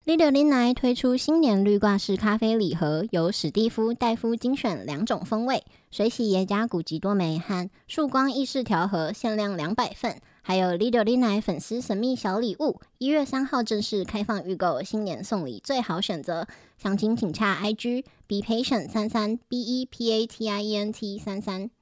Lidl 推出新年绿挂式咖啡礼盒，由史蒂夫、戴夫精选2种风味，水洗耶加古籍多梅和曙光意式调和，限量200份。还有 Lidl 粉丝神秘小礼物，1月3号正式开放预购，新年送礼最好选择。详情请洽 IG bepatient33 BEPATIENT33。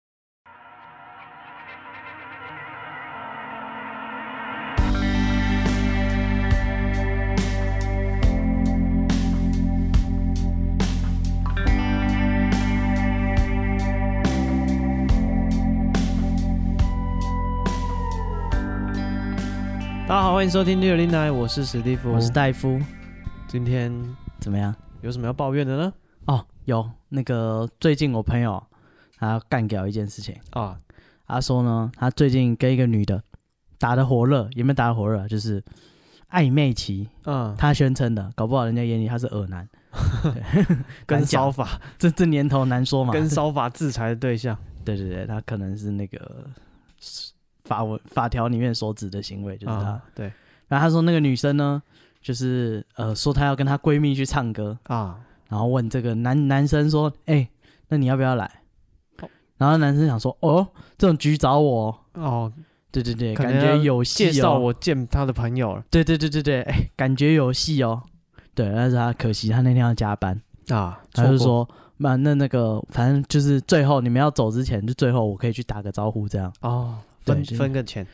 大家好，欢迎收听609，我是史蒂夫， 我是戴夫。 今天怎么样？ 有什么要抱怨的呢？ 哦，有那个最近我朋友他要干掉一件事情啊， 他说呢，他最近跟一个女的打得火热，有没有打得火热？就是暧昧期，他宣称的，搞不好人家眼里他是恶男， 跟骚法， 这年头难说嘛， 跟骚法制裁的对象， 对对对，他可能是那个法条里面所指的行为，就是他， 对。 然后他说那个女生呢，就是说她要跟她闺蜜去唱歌啊，然后问这个男生说，那你要不要来？然后男生想说，哦，这种局找我哦，对对对，感觉有戏哦， 介绍我见他的朋友了， 对对对对对，感觉有戏哦，对，但是他可惜他那天要加班啊，他就说，那个反正就是最后你们要走之前，就最后我可以去打个招呼这样哦。分个钱，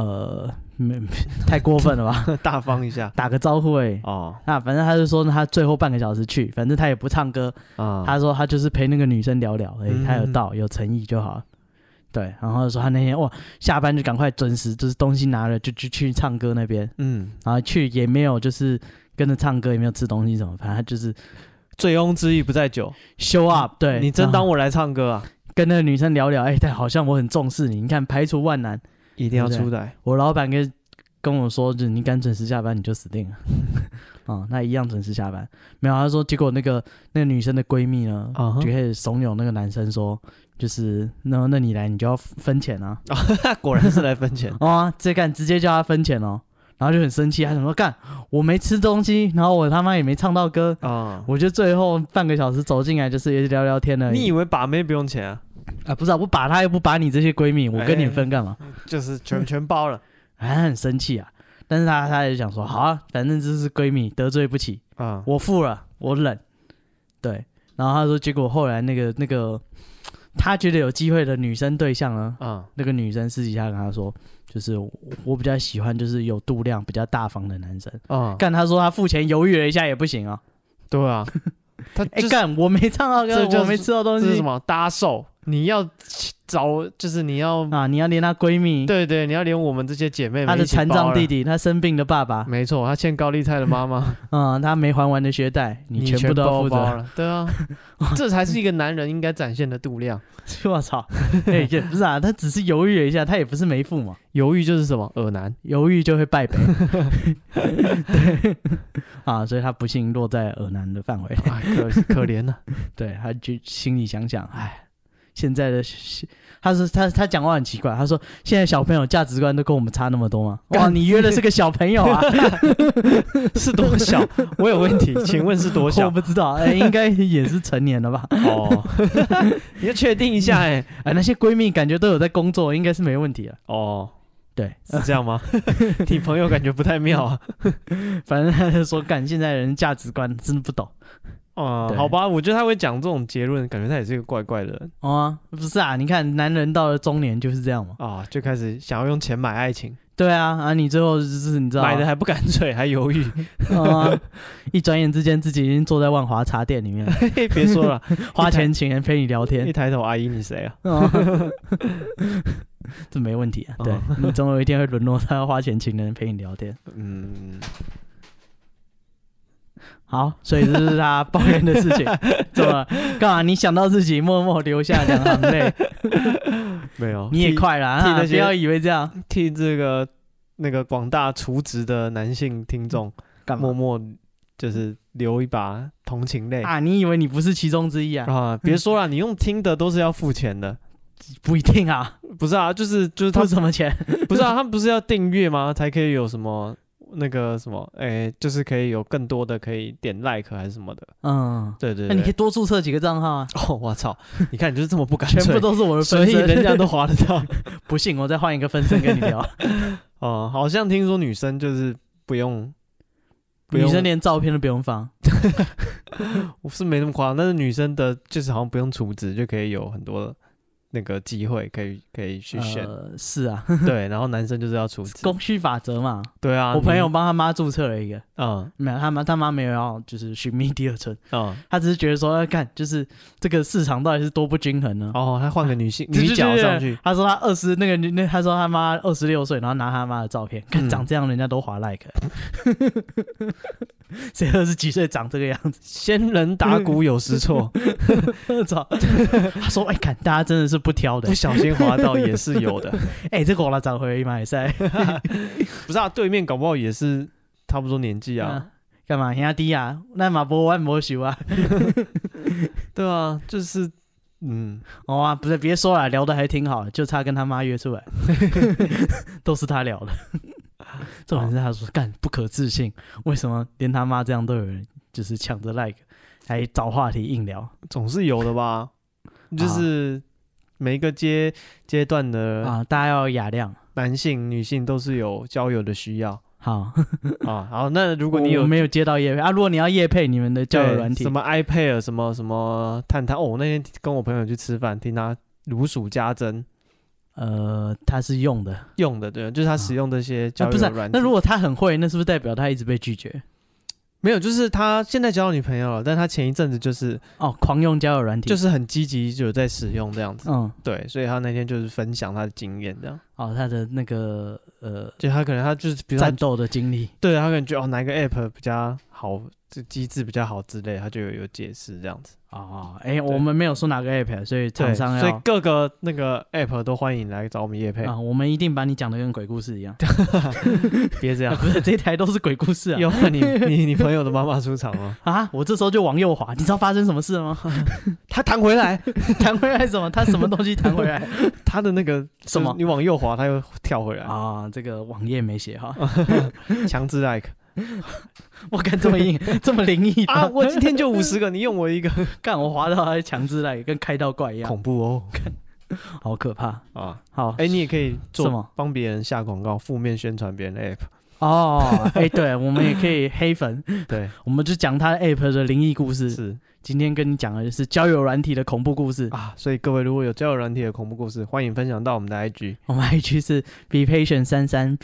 太过分了吧？ 大方一下， 打个招呼哦。那反正他就说他最后半个小时去，反正他也不唱歌啊。他说他就是陪那个女生聊聊，他有到有诚意就好。对，然后说他那天下班就赶快准时，就是东西拿了就去唱歌那边，然后去也没有就是跟着唱歌，也没有吃东西什么，反正他就是醉翁之意不在酒 ，show up。对， 你真当我来唱歌啊？跟那个女生聊聊，但好像我很重视你，你看排除万难， 一定要出来。 我老板跟我说，就是你敢准时下班，你就死定了。那一样准时下班。没有，他说结果那个女生的闺蜜呢，就开始怂恿那个男生说，就是那你来，你就要分钱啊。 果然是来分钱直接叫他分钱哦。然后就很生气，他想说干，我没吃东西，然后我他妈也没唱到歌我就最后半个小时走进来，就是也是聊聊天而已。 你以为把妹不用钱啊？ 不是啊，我把他又不把你这些闺蜜，我跟你分干嘛？ 就是全包了， 他很生气啊。但是他也想说，好啊，反正这是闺蜜，得罪不起我付了，我忍。对，然后他说，结果后来那个他觉得有机会的女生对象呢，那个女生私底下跟他说，就是我比较喜欢就是有度量、比较大方的男生。干他说他付钱犹豫了一下也不行啊。 对啊，他干我没唱到歌，我没吃到东西， 这是什么搭售？你要找，就是你要连她闺蜜， 对，你要连我们这些姐妹们她的残障弟弟，她生病的爸爸， 没错，她欠高丽菜的妈妈， 她没还完的学贷，你全部都要负责了。对啊，这才是一个男人应该展现的度量。 我操，不是啊，他只是犹豫了一下，他也不是没付嘛。 犹豫就是什么恶男， 犹豫就会败北。对所以他不幸落在恶男的范围。 可怜了。 对，他就心里想想，现在的他讲话很奇怪，他说现在小朋友价值观都跟我们差那么多吗？哇，你约的是个小朋友啊？ 是多小？我有问题，请问是多小？ 我不知道，应该也是成年了吧？ 你要确定一下那些闺蜜感觉都有在工作，应该是没问题了。对， 是这样吗？你朋友感觉不太妙啊。 反正他就说，现在人价值观真的不懂。 好吧，我觉得他会讲这种结论，感觉他也是一个怪怪的人。 不是啊，你看男人到了中年就是这样嘛。 就开始想要用钱买爱情。 对啊，你最后就是你知道买的还不干脆，还犹豫。 一转眼之间自己已经坐在万华茶店里面了。 别说了， 花钱请人陪你聊天。 一抬头，阿姨你谁啊？ 这没问题啊。对，你总有一天会沦落到花钱请人陪你聊天。好，所以这是他抱怨的事情。怎么干嘛？你想到自己默默流下2行泪？ 没有， 你也快了，不要以为这样。 替这个那个广大除职的男性听众，默默就是流一把同情泪你以为你不是其中之一啊？ 别说了，你用听的都是要付钱的。 不一定啊， 不是啊，就是他付什么钱？ 不是啊，他们不是要订阅吗？才可以有什么那个什么，就是可以有更多的可以点 like 还是什么的。对对对， 那你可以多注册几个账号啊。 我操，你看你就是这么不干脆， 全部都是我的分身， 所以人家都滑得到。 不信我再换一个分身跟你聊。 好像听说女生就是不用， 女生连照片都不用放。 我是没那么夸张，但是女生的就是好像不用储值就可以有很多那个机会可以去选。 是啊， 对，然后男生就是要储值， 供需法则嘛。 对啊， 我朋友帮他妈注册了一个，没有他妈没有要就是寻觅第二春，他只是觉得说要看就是这个市场到底是多不均衡呢。 他换个女角上去。 他说他他说他妈26岁，然后拿他妈的照片，看长这样人家都滑 like。谁20几岁长这个样子？ 仙人打鼓有时错。 他说看大家真的是不挑的， 不小心滑到也是有的。 这个我来找回马赛。 不是啊，对面搞不好也是差不多年纪啊。 干嘛兄弟啊？那嘛不玩不熟啊。 对啊，就是不是，别说了，聊得还挺好，就差跟他妈约出来。都是他聊的。重点是他说干不可置信，为什么连他妈这样都有人就是抢着 like， 还找话题硬聊， 总是有的吧？就是每一个阶段的大家要雅量， 男性、女性都是有交友的需要。 好好，那如果你我没有接到业配如果你要业配你们的交友软体， 什么 iPad 什么探探我那天跟我朋友去吃饭，听他如数家珍。 他是用的， 对，就是他使用这些交友软体。 不是那如果他很会，那是不是代表他一直被拒绝？ 没有，就是他现在交到女朋友了，但他前一阵子就是狂用交友软体， 就是很积极，就有在使用这样子。对，所以他那天就是分享他的经验这样。 他的那个就他可能他就是比如战斗的经历， 对他可能觉得哪一个 app 比较好，这机制比较好之类，他就有解释这样子。 我们没有说哪个 app， 所以厂商所以各个那个 app 都欢迎来找我们业配我们一定把你讲的跟鬼故事一样。 别这样， 不是这一台都是鬼故事啊。 有你朋友的妈妈出场吗？ 我这时候就往右滑，你知道发生什么事了吗？ 他弹回来， 弹回来什么？他什么东西弹回来？ 他的那个什么？你往右滑，他又跳回来这个网页没写哈， 强制 like。 我敢这么硬，这么灵异我今天就50个，你用我一个， 干我滑到还强制来，跟开到怪一样， 恐怖好可怕好， 你也可以做帮别人下广告，负面宣传别人的 app。对，我们也可以黑粉， 对， 我们就讲他 app 的灵异故事。 是，今天跟你讲的是交友软体的恐怖故事所以各位如果有交友软体的恐怖故事，欢迎分享到我们的 IG， 我们 IG 是 bepatient33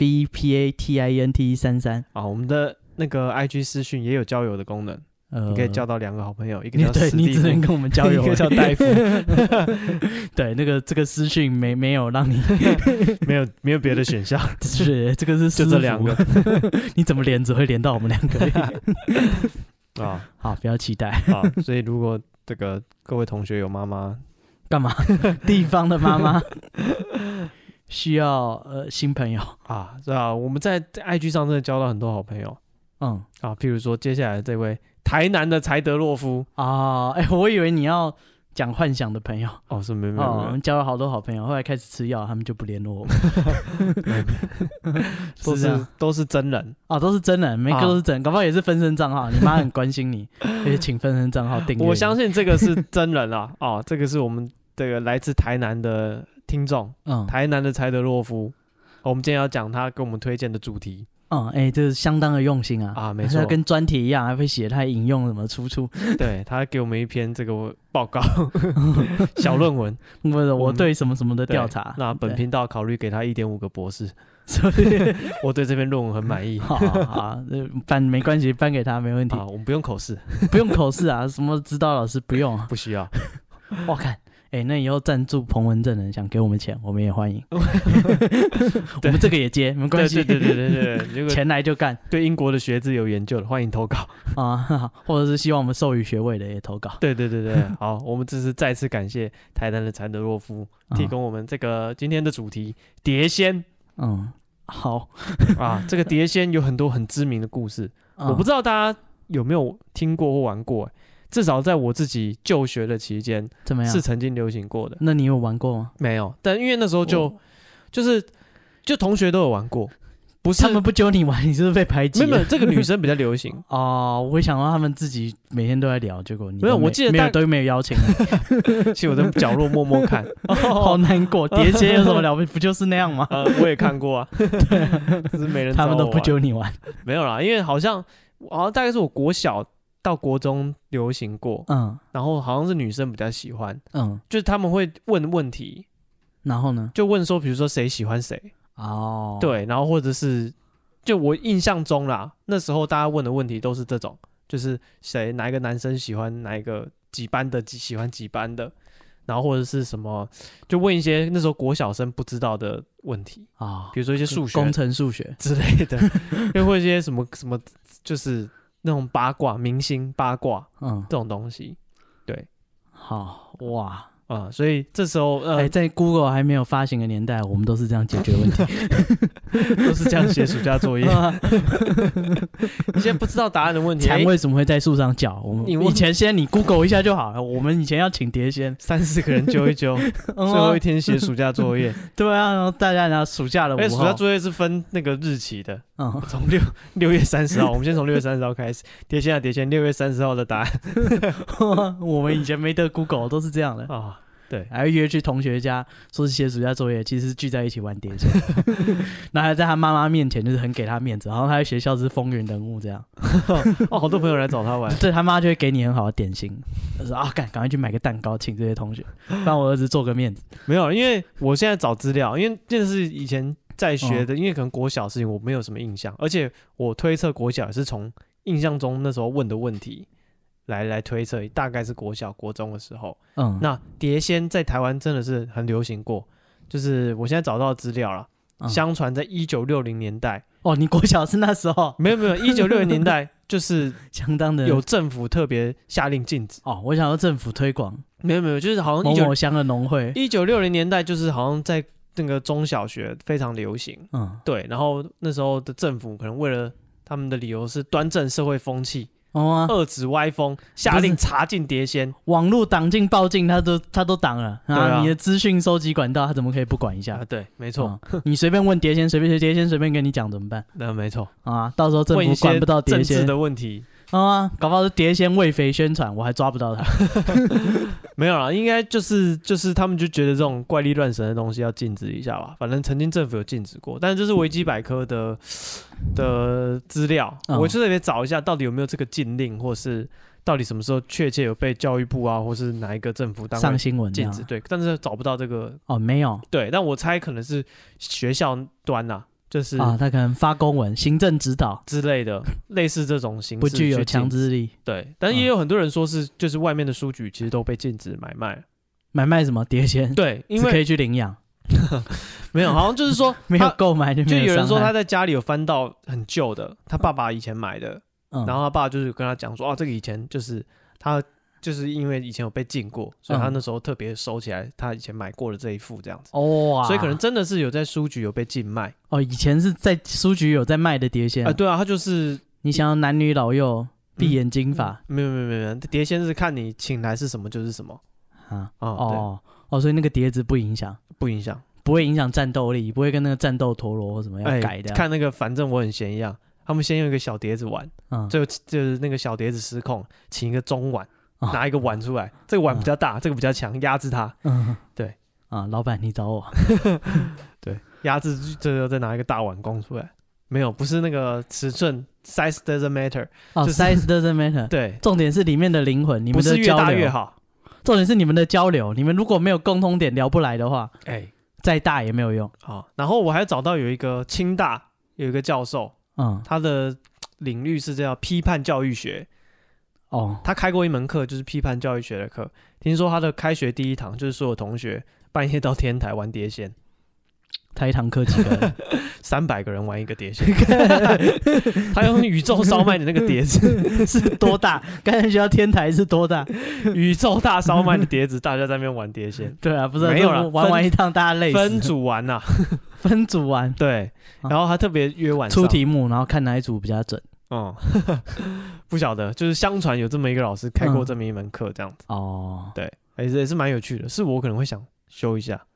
bepatient33 我们的那个 IG 私讯也有交友的功能，你可以交到2个好朋友，一个叫对，你只能跟我们交友， 一个叫大夫。 对，这个私讯没有让你没有别的选项， 是这个是就这2个， 你怎么连只会连到我们2 个好，不要期待所以如果这个各位同学有妈妈干嘛？地方的妈妈需要新朋友是吧？我们在 IG 上真的交到很多好朋友。譬如说接下来这位台南的柴德洛夫我以为你要讲幻想的朋友是没有我们交了好多好朋友，后来开始吃药，他们就不联络我们。 都是真人都是真人，每个都是真人，搞不好也是分身账号，你妈很关心你，而且请分身账号订阅。 我相信这个是真人这个是我们这个来自台南的听众，台南的柴德洛夫，我们今天要讲他给我们推荐的主题。 这是相当的用心没错， 跟专题一样，还会写他引用什么出处。 对，他给我们一篇这个报告小论文， 我对什么什么的调查。 那本频道考虑给他1.5个博士，所以我对这篇论文很满意。 好，颁没关系，颁给他没问题。 我们不用口试， 不用口试什么指导老师不用不需要。 我看。那以后赞助彭文正人想给我们钱，我们也欢迎。我们这个也接，没关系。 对， 钱来就干。 对英国的学制有研究的，欢迎投稿或者是希望我们授予学位的也投稿。 对，好，我们这是再次感谢台南的柴德洛夫提供我们这个今天的主题碟仙。 好这个碟仙有很多很知名的故事，我不知道大家有没有听过或玩过。至少在我自己就学的期间， 怎么样？ 是曾经流行过的。 那你有玩过吗？ 没有，但因为那时候就同学都有玩过， 不是他们不揪你玩，你是不是被排挤？ 没有，这个女生比较流行哦。我会想到他们自己每天都在聊，结果你没有，我记得都没有邀请。 其实我在角落默默看， 好难过。碟仙有什么了不起？不就是那样吗？ 我也看过啊。对，只是没人找我玩。 他们都不揪你玩。 没有啦，因为好像大概是我国小到国中流行过，然后好像是女生比较喜欢，就是他们会问问题， 然后呢， 就问说，比如说谁喜欢谁。哦，对，然后或者是，就我印象中啦，那时候大家问的问题都是这种，就是哪一个男生喜欢哪一个几班的，喜欢几班的，然后或者是什么，就问一些那时候国小生不知道的问题啊，比如说一些数学、 工程数学之类的，又或一些什么，就是那种八卦、明星八卦，这种东西，对， 好哇。 所以这时候在 Google 还没有发行的年代，我们都是这样解决问题， 都是这样写暑假作业。你现在不知道答案的问题， 蝉为什么会在树上叫？我们以前你 Google 一下就好了。我们以前要请碟仙 ，3-4个人揪一揪，最后一天写暑假作业。 对啊，然后大家拿暑假的午后， 暑假作业是分那个日期的，从6月30号，我们先从6月30号开始。碟仙6月30号的答案。 我们以前没得 Google， 都是这样的啊。对，还会约去同学家，说是写暑假作业，其实是聚在一起玩碟仙，然后还在他妈妈面前就是很给他面子，然后他在学校是风云人物这样。 好多朋友来找他玩， 对他妈就会给你很好的点心，他说赶快去买个蛋糕请这些同学，帮我儿子做个面子。 没有，因为我现在找资料，因为这是以前在学的，因为可能国小的事情我没有什么印象，而且我推测国小也是从印象中那时候问的问题。来推测，大概是国小、国中的时候。那碟仙在台湾真的是很流行过，就是我现在找到的资料啦，相传在1960年代。 哦，你国小是那时候？ 没有，1960年代就是相当的有政府特别下令禁止。 哦，我想要政府推广。 没有，就是好像某某乡的农会。 1960年代就是好像在那个中小学非常流行。对，然后那时候的政府可能为了他们的理由是端正社会风气。遏止歪风，下令查禁碟仙， 网络挡禁报禁，他都挡了啊！你的资讯收集管道，他怎么可以不管一下？ 对，没错。 你随便问碟仙，碟仙随便跟你讲怎么办？ 没错啊！到时候政府管不到碟仙政治的问题搞不好是碟仙为匪宣传，我还抓不到他。 没有啦，应该就是他们就觉得这种怪力乱神的东西要禁止一下吧。反正曾经政府有禁止过，但是这是维基百科的资料，我就特别找一下到底有没有这个禁令，或是到底什么时候确切有被教育部啊，或是哪一个政府单位上新闻禁止？对，但是找不到这个没有。 对，但我猜可能是学校端啊。就是他可能发公文、行政指导之类的，类似这种形式， 不具有强制力。 对，但也有很多人说是，就是外面的书局其实都被禁止买卖什么碟仙？ 对，因为可以去领养。 没有，好像就是说没有购买就有人说他在家里有翻到很旧的，他爸爸以前买的，然后他爸就是跟他讲说，这个以前就是他。就是因为以前有被禁过，所以他那时候特别收起来他以前买过的这一副这样子。所以可能真的是有在书局有被禁卖。 以前是在书局有在卖的碟仙。 对啊，他就是你想要男女老幼闭眼睛法。 没有，碟仙是看你请来是什么就是什么。 所以那个碟子不影响， 不影响， 不会影响战斗力，不会跟那个战斗陀螺或什么要改的。 看那个反正我很闲一样，他们先用一个小碟子玩，就是那个小碟子失控，请一个中碗。拿一个碗出来，这个碗比较大，这个比较强，压制它。对老板你找我。 对，压制最后再拿一个大碗公出来。没有，不是那个尺寸 ，size doesn't matter。 size doesn't matter。 对， 重点是里面的灵魂，你们的交流。不是越大越好。重点是你们的交流，你们如果没有共通点聊不来的话，再大也没有用。 然后我还找到有一个清大有一个教授，他的领域是叫批判教育学。他开过一门课，就是批判教育学的课。听说他的开学第一堂就是所有同学半夜到天台玩碟仙。 他一堂课几个人 ？300个人玩一个碟仙。他用宇宙烧麦的那个碟子是多大？刚才学校天台是多大？ 宇宙大烧麦的碟子，大家在那边玩碟仙。 对啊，不是没有了，玩完一趟大家累死。 分组玩呐， 分组玩。 对，然后他特别约晚上出题目，然后看哪一组比较准。 不晓得，就是相传有这么一个老师开过这么一门课，这样子。对，也是蛮有趣的，是我可能会想修一下。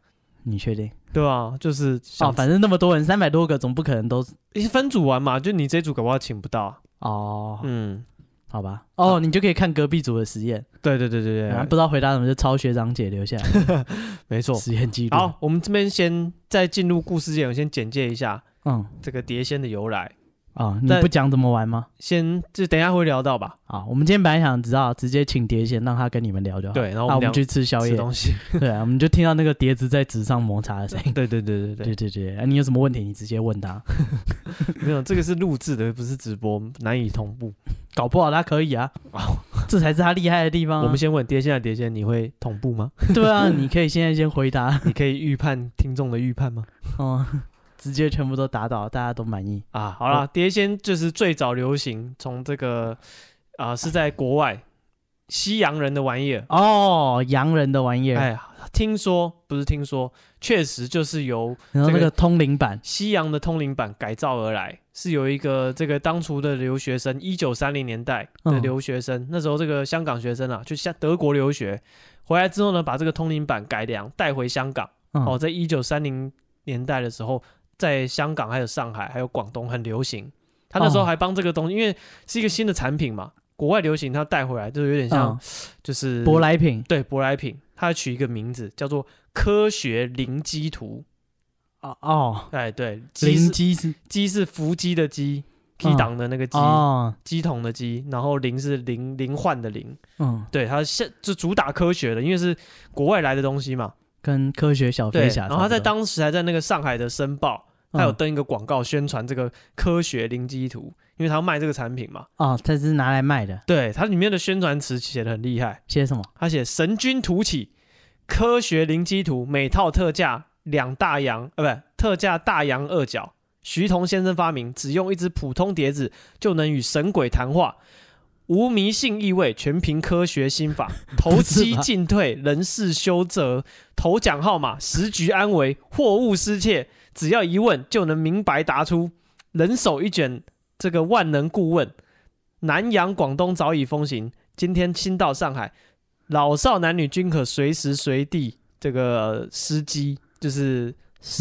你确定？ 对啊，就是反正那么多人，300多个，总不可能都分组玩嘛，就你这组搞不好请不到哦。好吧，你就可以看隔壁组的实验。 对， 不知道回答什么就抄学长姐留下来。 没错， 实验记录。 好，我们这边先在进入故事前，我先简介一下，这个碟仙的由来。 你不讲怎么玩吗？ 就等一下会聊到吧。 我们今天本来想直接请碟仙，让他跟你们聊就好。 对，然后我们去吃宵夜， 吃东西。 对啊，我们就听到那个碟子在纸上摩擦的声音。 对。 你有什么问题，你直接问他。 没有，这个是录制的，不是直播，难以同步。 搞不好他可以啊，这才是他厉害的地方。 我们先问碟仙的碟仙，你会同步吗？ 对啊，你可以现在先回答。 你可以预判听众的预判吗？ 直接全部都打倒，大家都满意啊！好啦，碟仙就是最早流行，从这个是在国外西洋人的玩意儿洋人的玩意儿。 不是听说，确实就是由那个通灵版西洋的通灵版改造而来，是有一个这个当初的留学生，1930年代的留学生，那时候这个香港学生去德国留学，回来之后呢，把这个通灵版改良带回香港。在1930年代的时候。在香港还有上海还有广东很流行，他那时候还帮这个东西，因为是一个新的产品嘛，国外流行，他带回来就有点像，就是舶来品。 对，舶来品，他取一个名字叫做科学灵机图。对， 灵机是伏击的击，key 档的那个击，机筒的机，然后灵是灵幻的灵。对，它就主打科学的，因为是国外来的东西嘛。 跟科学小飞侠， 然后他在当时还在那个上海的申报，他有登一个广告宣传这个科学灵机图，因为他要卖这个产品嘛。 他是拿来卖的。 对，它里面的宣传词写得很厉害。 写什么？ 他写神君突起，科学灵机图，每套特价特价大洋2角，徐同先生发明，只用一只普通碟子就能与神鬼谈话。无迷信意味，全凭科学心法，投机进退，人事修则，头奖号码，时局安危，货物失窃，只要一问就能明白答出。人手一卷，这个万能顾问，南洋广东早已风行，今天新到上海，老少男女均可随时随地这个施机，就是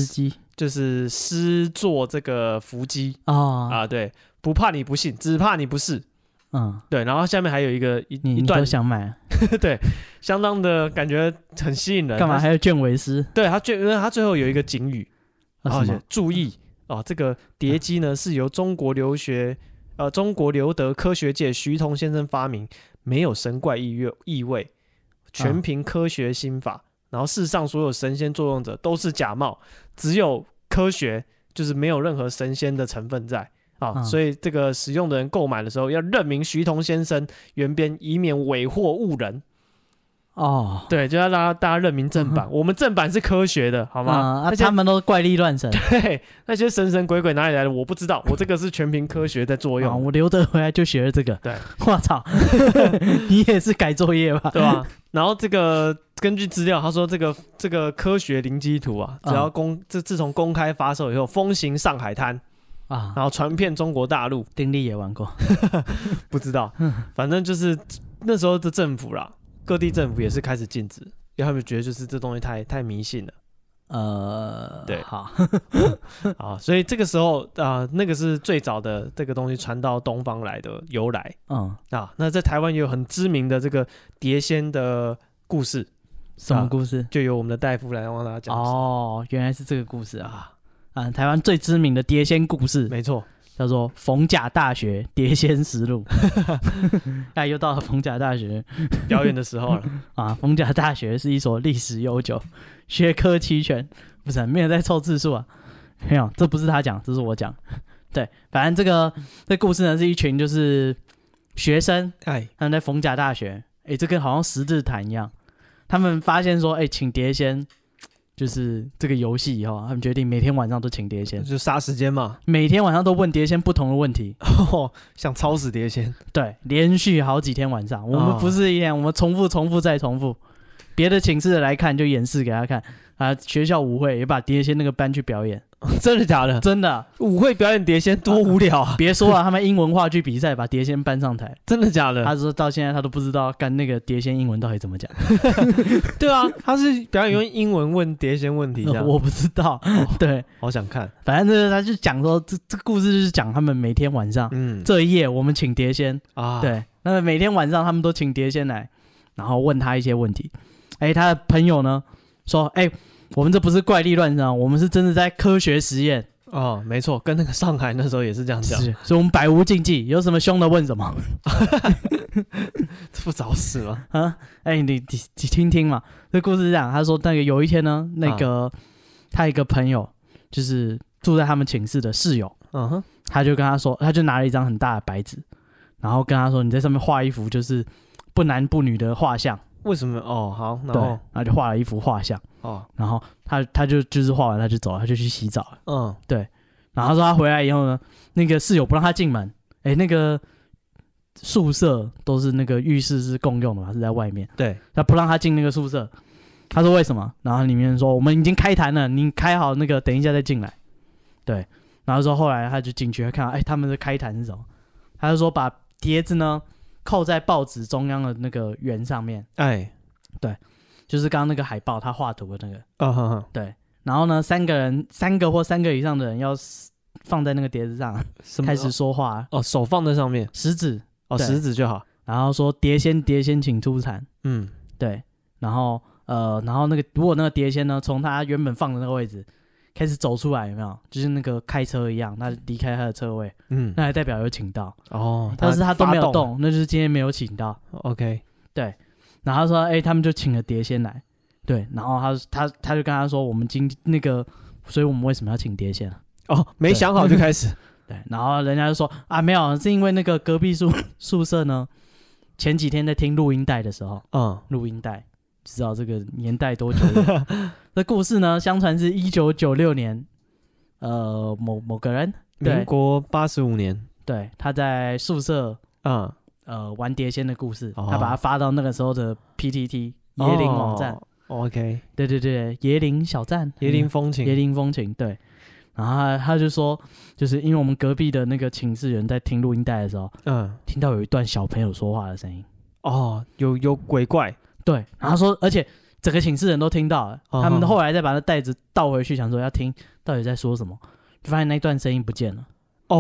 施做这个伏击对，不怕你不信，只怕你不是。对，然后下面还有一段， 你都想买对，相当的感觉很吸引人。 干嘛还有卷尾诗？ 对，他最后有一个警语，注意这个碟机呢是由中国留德科学界徐同先生发明，没有神怪意味，全凭科学心法。然后世上所有神仙作用者都是假冒，只有科学，就是没有任何神仙的成分在。所以这个使用的人购买的时候要认明徐同先生原编，以免伪货误人。对，就要让大家认明正版。我们正版是科学的，好吗？ 他们都是怪力乱神。 对，那些神鬼哪里来的我不知道，我这个是全凭科学在作用。 我留德回来就学了这个。 对， 我操，你也是改作业吧？ 对吧？然后这个根据资料，他说这个科学灵机图只要自从公开发售以后，风行上海滩。然后传遍中国大陆。 丁力也玩过。 不知道，反正就是那时候的政府啦，各地政府也是开始禁止，因为他们觉得就是这东西太迷信了。对， 好。 所以这个时候那个是最早的这个东西传到东方来的由来。那在台湾也有很知名的这个碟仙的故事。 什么故事？ 就由我们的大夫来帮大家讲。 原来是这个故事啊。台湾最知名的碟仙故事， 没错， 叫做逢甲大学碟仙实录。又到了逢甲大学表演的时候了。 逢甲大学是一所历史悠久、学科齐全，不是没有在凑字数啊？没有，这不是他讲，这是我讲。对，反正这故事呢是一群就是学生，他们在逢甲大学，这跟好像十字坛一样，他们发现说，请碟仙。就是这个游戏以后，他们决定每天晚上都请碟仙， 就杀时间嘛。 每天晚上都问碟仙不同的问题， 想操死碟仙。 对，连续好几天晚上，我们不是一天，我们重复再重复。 别的寝室的来看就演示给他看啊，学校舞会也把碟仙那个搬去表演。 真的假的？ 真的， 舞会表演碟仙多无聊啊！ 别说了，他们英文话剧比赛把碟仙搬上台， 真的假的？ 他说到现在他都不知道干那个碟仙英文到底怎么讲。 对啊，他是表演用英文问碟仙问题这样。 我不知道，对， 好想看。 反正他就讲说这个故事就是讲他们每天晚上，这一夜我们请碟仙啊，对，那么每天晚上他们都请碟仙来，然后问他一些问题。他的朋友呢说，我们这不是怪力乱神，我们是真的在科学实验。 哦，没错，跟那个上海那时候也是这样讲， 是，所以我们百无禁忌，有什么凶的问什么。 这不找死吗？ 啊，你听听嘛，这故事是这样，他说那个有一天呢，那个他一个朋友就是住在他们寝室的室友，他就跟他说，他就拿了一张很大的白纸，然后跟他说，你在上面画一幅就是不男不女的画像。 为什么？哦，好， 然后就画了一幅画像。然后他就是画完他就走了，他就去洗澡了。对。然后他说他回来以后呢，那个室友不让他进门。那个宿舍都是那个浴室是共用的嘛，是在外面。 对。 他不让他进那个宿舍，他说为什么？然后里面说我们已经开坛了，你开好那个，等一下再进来。对。然后说后来他就进去，他看到他们的开坛是什么？他就说把碟子呢扣在报纸中央的那个圆上面。对，就是刚刚那个海报他画图的那个。对。然后呢，3个或3个以上的人要放在那个碟子上，开始说话。 手放在上面， 食指。 食指就好。 然后说碟仙请出坛。对。然后那个如果那个碟仙呢从他原本放的那个位置开始走出来，有没有？就是那个开车一样，他离开他的车位，那还代表有请到。但是他都没有动，那就是今天没有请到。 OK。 对。然后他说，他们就请了碟仙来。对。然后他就跟他说，我们那个，所以我们为什么要请碟仙啊？ 没想好就开始。 对。然后人家就说没有，是因为那个隔壁宿舍呢，前几天在听录音带的时候，录音带。知道这个年代多久了？这故事呢，相传是1996年，某个人， 民国85年， 对，他在宿舍，玩碟仙的故事，他把它发到那个时候的 PTT 椰林网站。 OK， 对，椰林小站， 椰林风情， 对。然后他就说，就是因为我们隔壁的那个寝室人在听录音带的时候，听到有一段小朋友说话的声音。 有鬼怪。 对，然后说，而且整个寝室人都听到了，他们后来再把那袋子倒回去，想说要听到底在说什么，就发现那段声音不见了。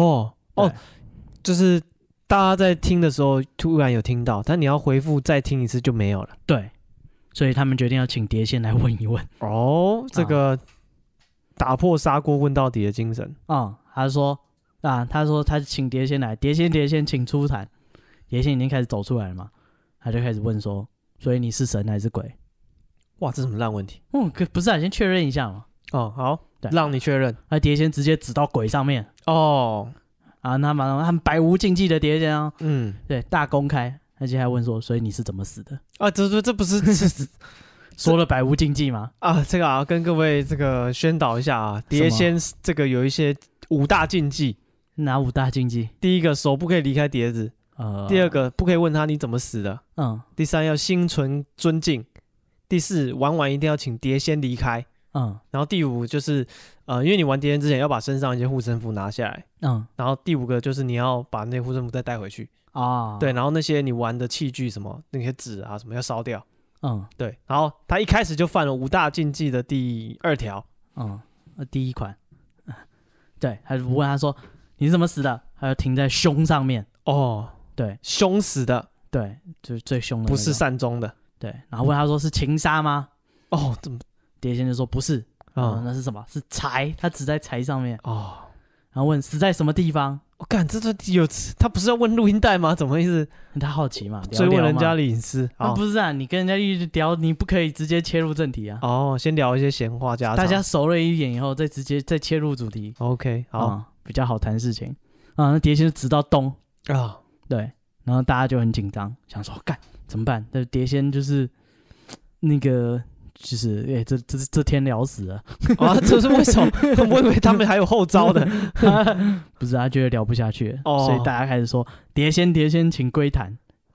就是大家在听的时候突然有听到，但你要回复再听一次就没有了。 对，所以他们决定要请碟仙来问一问。 这个打破砂锅问到底的精神。 他说他请碟仙来，碟仙请出坛，碟仙已经开始走出来了嘛，他就开始问说。所以你是神还是鬼？ 哇，这什么烂问题？ 不是先确认一下嘛。 好，让你确认。 碟仙直接指到鬼上面。那马上他们百无禁忌的碟仙对，大公开，而且还问说，所以你是怎么死的？ 这不是说了百无禁忌吗？ 这个跟各位这个宣导一下啊，碟仙这个有一些5大禁忌。 哪5大禁忌？ 第一个，手不可以离开碟子。第二个，不可以问他你怎么死的。第三，要心存尊敬。第4，玩完一定要请碟仙离开。然后第5就是，因为你玩碟仙之前要把身上一些护身符拿下来。然后第5个就是你要把那些护身符再带回去。对，然后那些你玩的器具什么那些纸啊什么要烧掉。对，然后他一开始就犯了5大禁忌的第2条。 第1款。对，他就问他说你是怎么死的？他就停在胸上面。对， 凶死的， 对，就是最凶的， 不是善终的， 对。然后问他说是情杀吗？ 怎么？ 碟仙就说不是，那是什么？是财，他指在财上面。然后问死在什么地方？ 他不是要问录音带吗？怎么意思？ 他好奇嘛， 追问人家的隐私。 不是你跟人家一聊，你不可以直接切入正题啊。 先聊一些闲话家常， 大家熟了一点以后，再直接切入主题。 OK， 好， 比较好谈事情。那碟仙就指到东。对，然后大家就很紧张，想说干怎么办？这碟仙就是那个，就是这天聊死了这是为什么？我以为他们还有后招的， 不是他觉得聊不下去，所以大家开始说碟仙请归坛，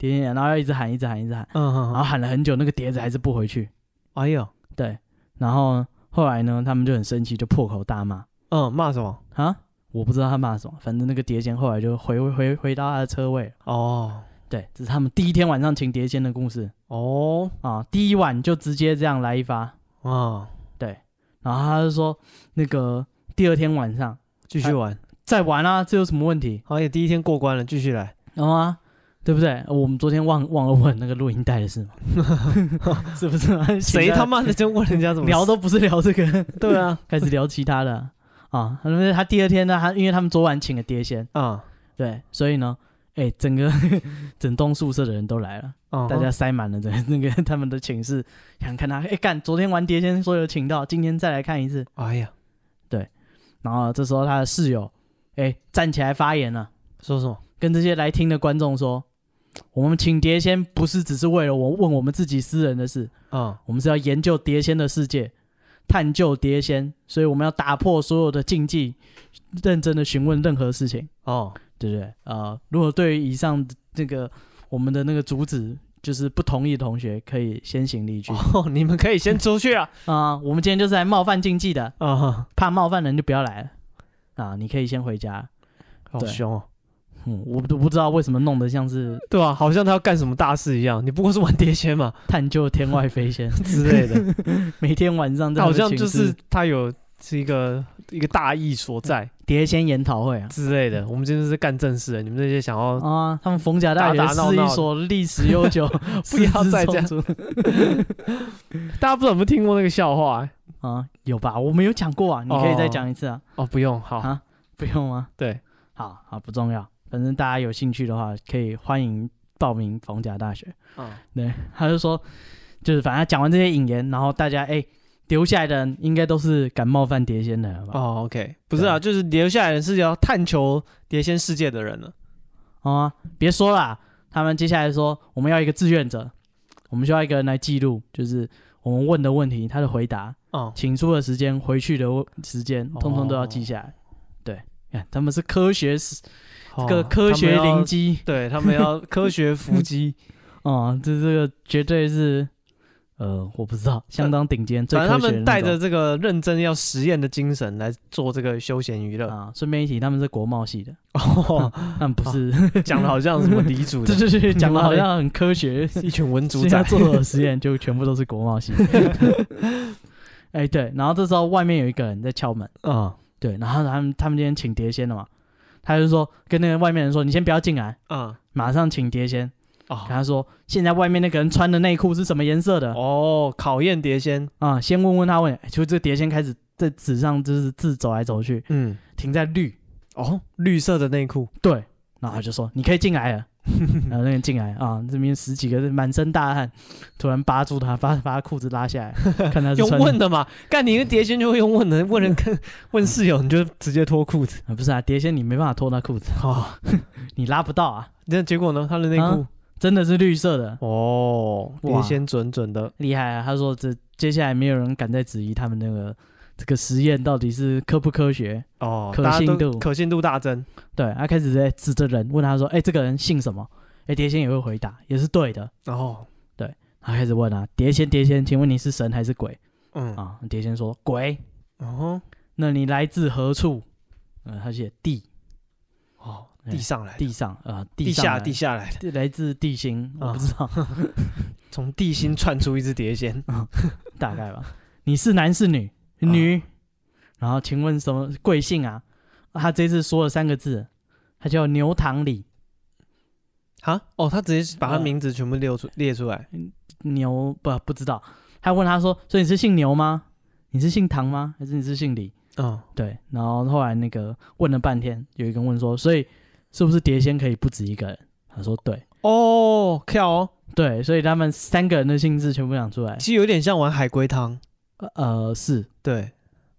碟仙然后要一直喊，然后喊了很久，那个碟子还是不回去。 哎呦， 对，然后后来呢，他们就很生气，就破口大骂。 骂什么啊？我不知道他骂什么，反正那个碟仙后来就回到他的车位。对，这是他们第一天晚上请碟仙的故事。第一晚就直接这样来一发。对，然后他就说那个第二天晚上继续玩， 再玩啊，这有什么问题？ 也第一天过关了，继续来。 对不对？我们昨天忘了问那个录音带的事嘛，是不是？ 谁他妈的就问人家怎么聊都不是聊这个， 对啊， 开始聊其他的啊。他第二天呢，因为他们昨晚请了碟仙对，所以呢，整栋宿舍的人都来了，大家塞满了那个他们的寝室，想看他，干，昨天玩碟仙说有请到，今天再来看一次。 哎呀， 对，然后这时候他的室友，站起来发言了， 说什么？ 跟这些来听的观众说。我们请碟仙不是只是为了问我们自己私人的事，我们是要研究碟仙的世界，探究碟仙，所以我们要打破所有的禁忌，认真的询问任何事情，对不对？如果对于以上这个我们的那个主旨就是不同意的同学，可以先行离去。 你们可以先出去啊！ 我们今天就是来冒犯禁忌的，怕冒犯的人就不要来了你可以先回家。 好凶哦！ 我都不知道为什么弄得像是对啊，好像他要干什么大事一样。你不过是玩碟仙嘛， 探究天外飞仙之类的。 每天晚上好像就是他是一个大义所在， 碟仙研讨会之类的。我们今天是干正事的，你们这些想要他们逢甲大学是一所历史悠久， 不要再这样。大家不知道有没有听过那个笑话有吧？我们有讲过啊，你可以再讲一次啊。 不用，好不用吗？ 对， 好，不重要。反正大家有兴趣的话，可以欢迎报名逢甲大学。对，他就说，就是反正讲完这些引言，然后大家留下来的人应该都是敢冒犯碟仙的，好不好 ？OK， 不是就是留下来的人是要探求碟仙世界的人了。 别说啦，他们接下来说，我们要一个志愿者，我们需要一个人来记录，就是我们问的问题，他的回答，请出的时间，回去的时间，通通都要记下来。对，他们是科学科学灵机， 对，他们要科学伏击。 这个绝对是我不知道，相当顶尖，最科学的那种。 他们带着这个认真要实验的精神来做这个休闲娱乐顺便一提，他们是国贸系的他们不是讲的好像什么黎族的， 对，讲的好像很科学， 一群文族仔做的实验就全部都是国贸系。对，然后这时候外面有一个人在敲门对，然后他们今天请碟仙了嘛，他就说跟那个外面人说，你先不要进来马上请碟仙。跟他说，现在外面那个人穿的内裤是什么颜色的？ 考验碟仙先问他就这个碟仙开始在纸上就是字走来走去，停在绿绿色的内裤， 对，然后他就说你可以进来了。然后那个人进来这边10几个满身大汗，突然扒住他，把他裤子拉下来，看他是用问的嘛？干你个碟仙就会用问的，问室友你就直接脱裤子不是碟仙你没办法脱他裤子你拉不到啊。 那结果呢？他的内裤真的是绿色的碟仙准的厉害啊！他说接下来没有人敢再质疑他们这个实验到底是科不科学可信度大增。对，他开始在指着人问他说：“这个人姓什么？”碟仙也会回答，也是对的。对，他开始问碟仙，请问你是神还是鬼？碟仙说鬼。那你来自何处？他写地。 地上来， 地上地下来的，来自地心，我不知道， 从地心窜出一只碟仙， 大概吧。你是男是女？女。然后请问什么贵姓啊？他这次说了3个字，他叫牛堂里。 他直接把他名字全部列出来。 牛不知道。他问他说：“所以你是姓牛吗？你是姓唐吗？还是你是姓李？”对。然后后来那个问了半天，有一个人问说：“所以。”是不是碟仙可以不止一个人？他说对。 跳对，所以他们3个人的姓氏全部讲出来。 其实有点像玩海龟汤。 是。 对。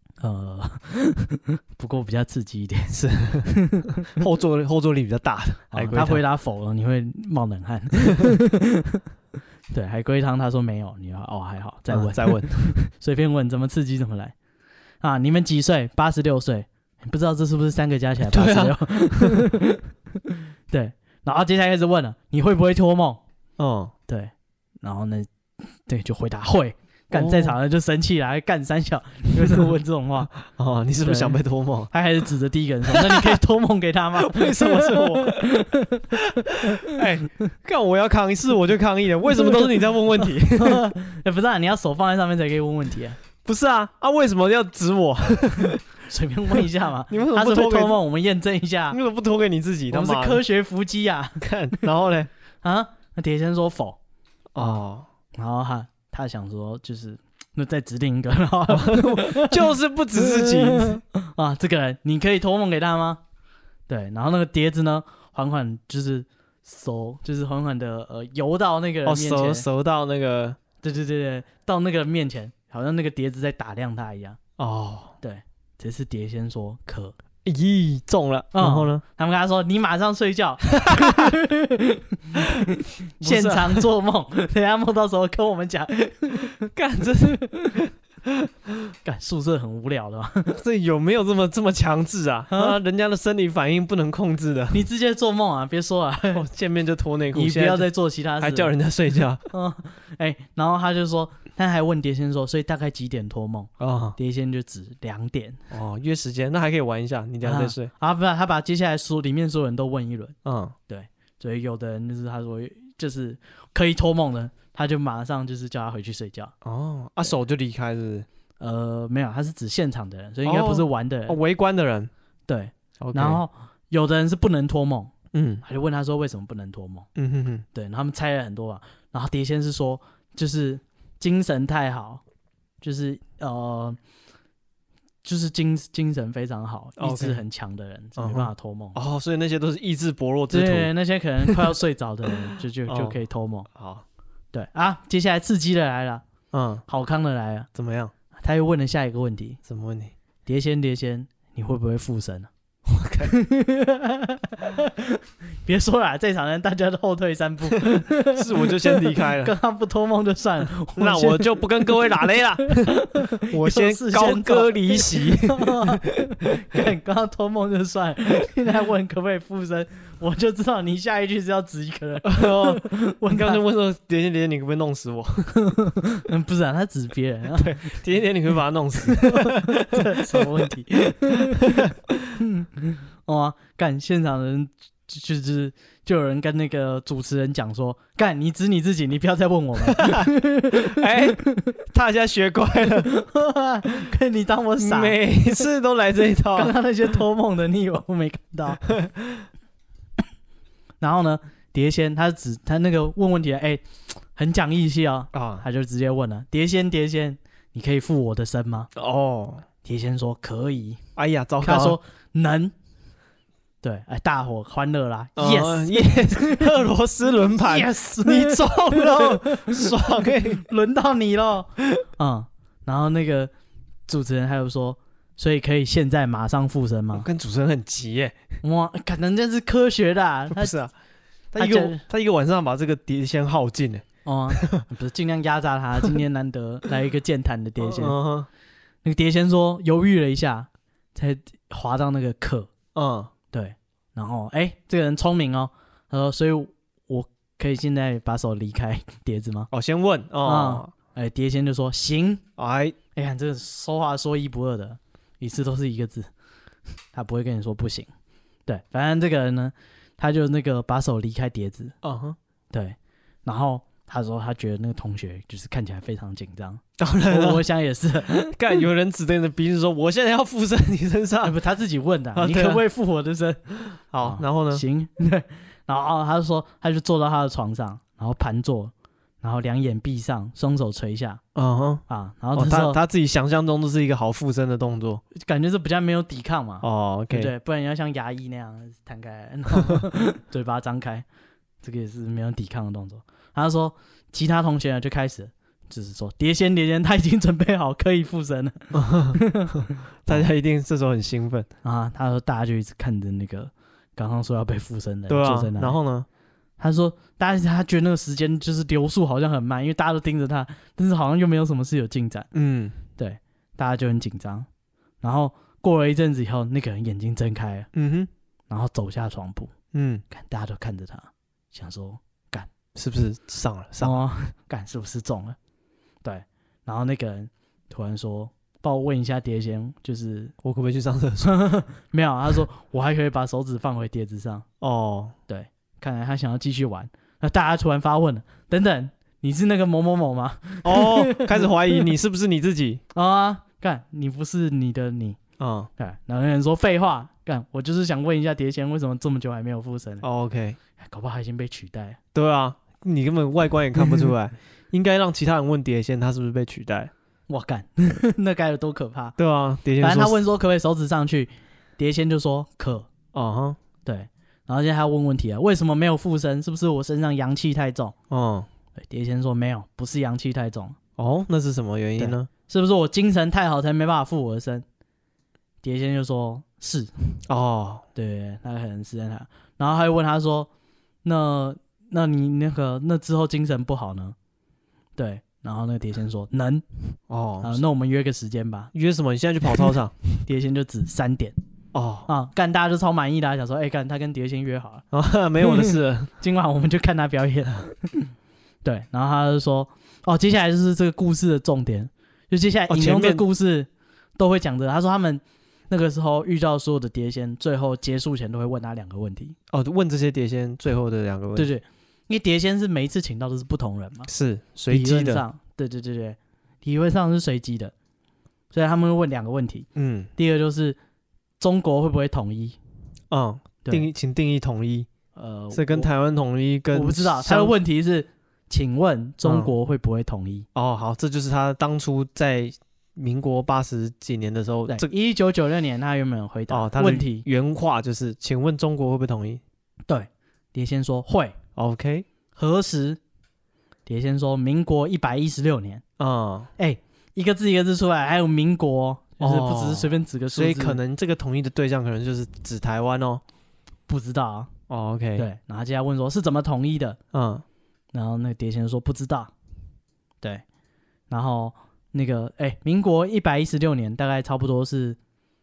不过比较刺激一点。 是。后坐力比较大的海龟汤。 他回答否了，你会冒冷汗。对，海龟汤他说没有，你要还好，再问。随便问，怎么刺激怎么来。你们几岁？86岁。不知道这是不是3个加起来86？对， 然后接下来开始问了，你会不会托梦？ 嗯， 对，然后呢，对，就回答会。干在场的就生气了，还干三小，你为什么问这种话？ 哦，你是不是想被托梦？ 他还是指着第一个人说：“那你可以托梦给他吗？” 为什么是我？哎，干我要抗议，是我就抗议了。为什么都是你在问问题？ 不是啊，你要手放在上面才可以问问题啊。 不是啊，为什么要指我？ 随便问一下嘛。 你为什么不托梦？我们验证一下。 你为什么不托给你自己？ 我们是科学伏击啊。 看，然后呢？ 啊，那碟仙说否。 哦， 然后他想说就是那再指定一个，然后就是不指自己啊，这个人你可以托梦给他吗？对，然后那个碟子呢，缓缓就是手就是缓缓的游到那个人面前， 手到那个， 对，到那个面前，好像那个碟子在打量他一样。 哦， 对，这次碟仙说可。 咦，中了，然后呢？ 他们跟他说：“你马上睡觉，现场做梦，等下梦到时候跟我们讲。” 干，这是干宿舍很无聊的嘛？ 这有没有这么强制啊？人家的生理反应不能控制的。 你直接做梦啊，别说啊， 见面就脱内裤， 你不要再做其他事， 还叫人家睡觉。 然后他就说。他还问碟仙说，所以大概几点托梦？碟仙就指2点。 约时间，那还可以玩一下，你等下再睡。 不是，他把接下来里面所有人都问一轮。对，所以有的人就是他说就是可以托梦的，他就马上就是叫他回去睡觉。 手就离开是不是？没有，他是指现场的人，所以应该不是玩的人， 围观的人。 对，然后有的人是不能托梦，他就问他说为什么不能托梦？对，然后他们猜了很多吧，然后碟仙是说就是精神太好，就是就是精神非常好，意志很强的人，没办法托梦。 所以那些都是意志薄弱之徒。 对，那些可能快要睡着的人就可以托梦。 好， 对啊，接下来刺激的来了，好康的来了， 怎么样？ 他又问了下一个问题， 什么问题？ 碟仙，你会不会附身啊？别说了，这场人大家都后退3步， 是我就先离开了。 刚刚不托梦就算了， 那我就不跟各位打雷了，我先高歌离席。 刚刚托梦就算了，现在问可不可以附身，我就知道你下一句是要指一个人。 我刚才问说碟仙，你可不可以弄死我？ 不是啊，他指别人。 对，碟仙，你可不可以把他弄死？ 这什么问题？干现场的人就有人跟那个主持人讲说，干你指你自己，你不要再问我们。 他现在学乖了， 跟你当我傻， 每次都来这一套。 刚刚那些托梦的，你以为我没看到？然后呢，碟仙他那个问问题，很讲义气他就直接问了，碟仙，你可以附我的身吗？碟仙说可以。 哎呀，糟糕！ 他说能。对，大伙欢乐啦 ！Yes， 俄罗斯轮盘 ，Yes， 你中了，爽轮到你了。然后那个主持人还有说，所以可以现在马上附身吗？ 我跟主持人很急耶。 哇，可能这是科学的。 不是啊，他一个晚上把这个碟仙耗尽了。 不是尽量压榨他。今天难得来一个健谈的碟仙。那个碟仙说犹豫了一下，才滑到那个课。对，然后这个人聪明哦，他说，所以我可以现在把手离开碟子吗？ 先问碟仙就说行。 看这个说话说一不二的，一次都是一个字，他不会跟你说不行。对，反正这个人呢，他就那个把手离开碟子。对，然后他说他觉得那个同学就是看起来非常紧张。 当然了， 我想也是。 干，有人指着你的鼻子说：“我现在要附身你身上。” 不，他自己问的，你可不可以附我的身？ 好，然后呢？ 行，对。然后他就说，他就坐到他的床上，然后盘坐，然后2眼闭上，双手垂下。然后他自己想象中都是一个好附身的动作， 感觉是比较没有抵抗嘛。 OK， 对，不然你要像牙医那样摊开，然后嘴巴张开，这个也是没有抵抗的动作。他说，其他同学呢就开始。就是说，碟仙，他已经准备好可以附身了。 大家一定这时候很兴奋他说，大家就一直看着那个刚刚说要被附身的人坐在那里。 然后呢， 他说，他觉得那个时间就是流速好像很慢，因为大家都盯着他，但是好像又没有什么事有进展。对，大家就很紧张。然后过了一阵子以后，那个人眼睛睁开了，然后走下床铺， 大家都看着他，想说干是不是上了？ 干是不是中了？对，然后那个人突然说：“帮我问一下碟仙，就是我可不可以去上厕所？” 没有，他说我还可以把手指放回碟子上。 哦， 对，看来他想要继续玩。那大家突然发问了：“等等，你是那个某某某吗？” 哦，开始怀疑你是不是你自己干，你不是你的你。 对， 然后那人说废话，干，我就是想问一下碟仙为什么这么久还没有附身。 OK， 搞不好他已经被取代了。 对啊，你根本外观也看不出来，应该让其他人问碟仙他是不是被取代。 哇干，那该有多可怕？ 对啊，碟仙反正他问说可不可以手指上去，碟仙就说可。对，然后现在他要问问题了，为什么没有附身？是不是我身上阳气太重？对，碟仙说没有，不是阳气太重。 那是什么原因呢？ 是不是我精神太好才没办法附我的身？碟仙就说是。对，那可能是他。然后他又问他说，那你那之后精神不好呢？对，然后那个碟仙说能。那我们约个时间吧。 约什么？你现在去跑操场？ 碟仙就指3点。干，大家就超满意的，想说干他跟碟仙约好了。没我的事了。 今晚我们就看他表演。对，然后他就说接下来就是这个故事的重点，就接下来引用这个故事都会讲的。他说他们那个时候遇到所有的碟仙，最后结束前都会问他2个问题。 问这些碟仙最后的2个问题。 对，因为碟仙是每一次请到都是不同人嘛， 是随机的。 理论上，对，理论上是随机的，所以他们会问2个问题。第一个就是中国会不会统一？ 请定义统一。是跟台湾统一跟我不知道。他的问题是，请问中国会不会统一？ 好，这就是他当初在民国80几年的时候 ，1996年他原本回答问题， 原话就是请问中国会不会统一？ 对，碟仙说会。 OK， 何时？碟仙说民国116年。一个字一个字出来，还有民国，就是不只是随便指个数字。 所以可能这个统一的对象可能就是指台湾不知道啊。 OK， 对，然后接下来问说是怎么统一的？然后那个碟仙说不知道。对，然后那个民国116年大概差不多是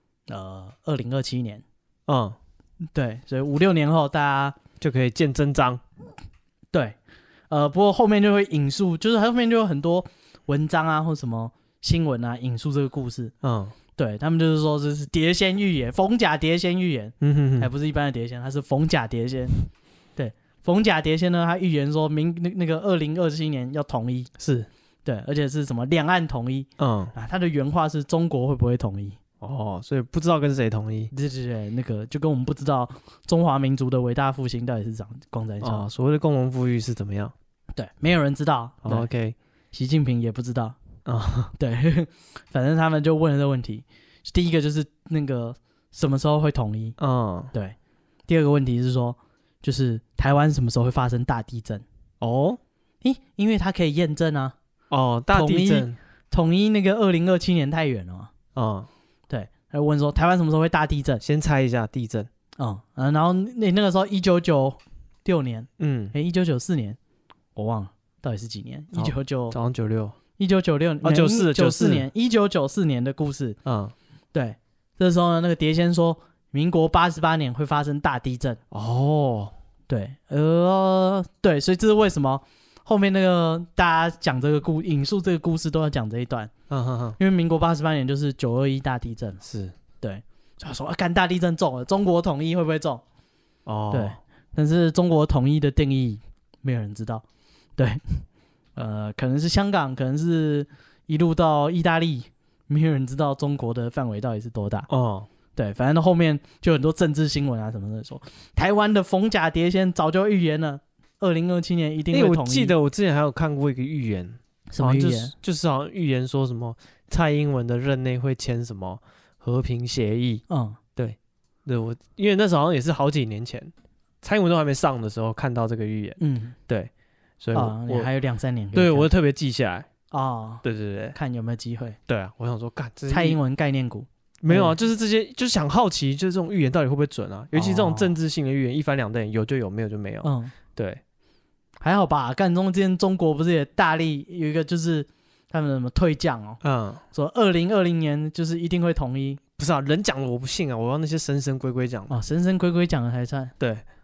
2027年。对，所以5-6年后大家就可以见真章。 对，不过后面就会引述，就是后面就有很多文章啊或什么新闻啊引述这个故事。对，他们就是说这是碟仙预言，逢甲碟仙预言。还不是一般的碟仙，他是逢甲碟仙。对，逢甲碟仙呢，他预言说那个2027年要统一。 是， 对，而且是什么两岸统一。他的原话是中国会不会统一？ 所以不知道跟谁统一。 对，那个就跟我们不知道中华民族的伟大复兴到底是光在上。 所谓的共同富裕是怎么样？ 对，没有人知道。 OK， 习近平也不知道。对，反正他们就问了这个问题。第一个就是那个什么时候会统一？对。第二个问题是说，就是台湾什么时候会发生大地震？因为它可以验证啊。 大地震统一那个2027年太远了嘛。对，他问说台湾什么时候会大地震？ 先猜一下地震。 然后那个时候1996年，1994年我忘了到底是几年。 早上96。 1996年94年，1994年的故事。对，这时候呢，那个碟仙说，民国88年会发生大地震。对，对，所以这是为什么后面那个大家讲这个引述这个故事都要讲这一段。因为民国88年就是921大地震。 是， 对，所以他说干大地震中了，中国统一会不会中？对，但是中国统一的定义没有人知道。对。可能是香港，可能是一路到意大利，没有人知道中国的范围到底是多大。对，反正后面就很多政治新闻啊什么的说，台湾的逢甲碟仙早就预言了，2027年一定会统一。 我记得我之前还有看过一个预言。 什么预言？ 就是好像预言说什么蔡英文的任内会签什么和平协议。对，我因为那时候好像也是好几年前，蔡英文都还没上的时候看到这个预言。对。所以我还有2-3年。 对，我就特别记下来。 对，看有没有机会。 对啊，我想说， 蔡英文概念股没有啊，就是这些，就是想好奇，就是这种预言到底会不会准啊？尤其这种政治性的预言，一翻两瞪眼，有就有，没有就没有。对， 还好吧。中间中国不是也大力有一个，就是他们什么退将说2020年就是一定会统一。 不是啊，人讲了我不信啊，我要那些神神鬼鬼讲。 神神鬼鬼讲的才算。 对。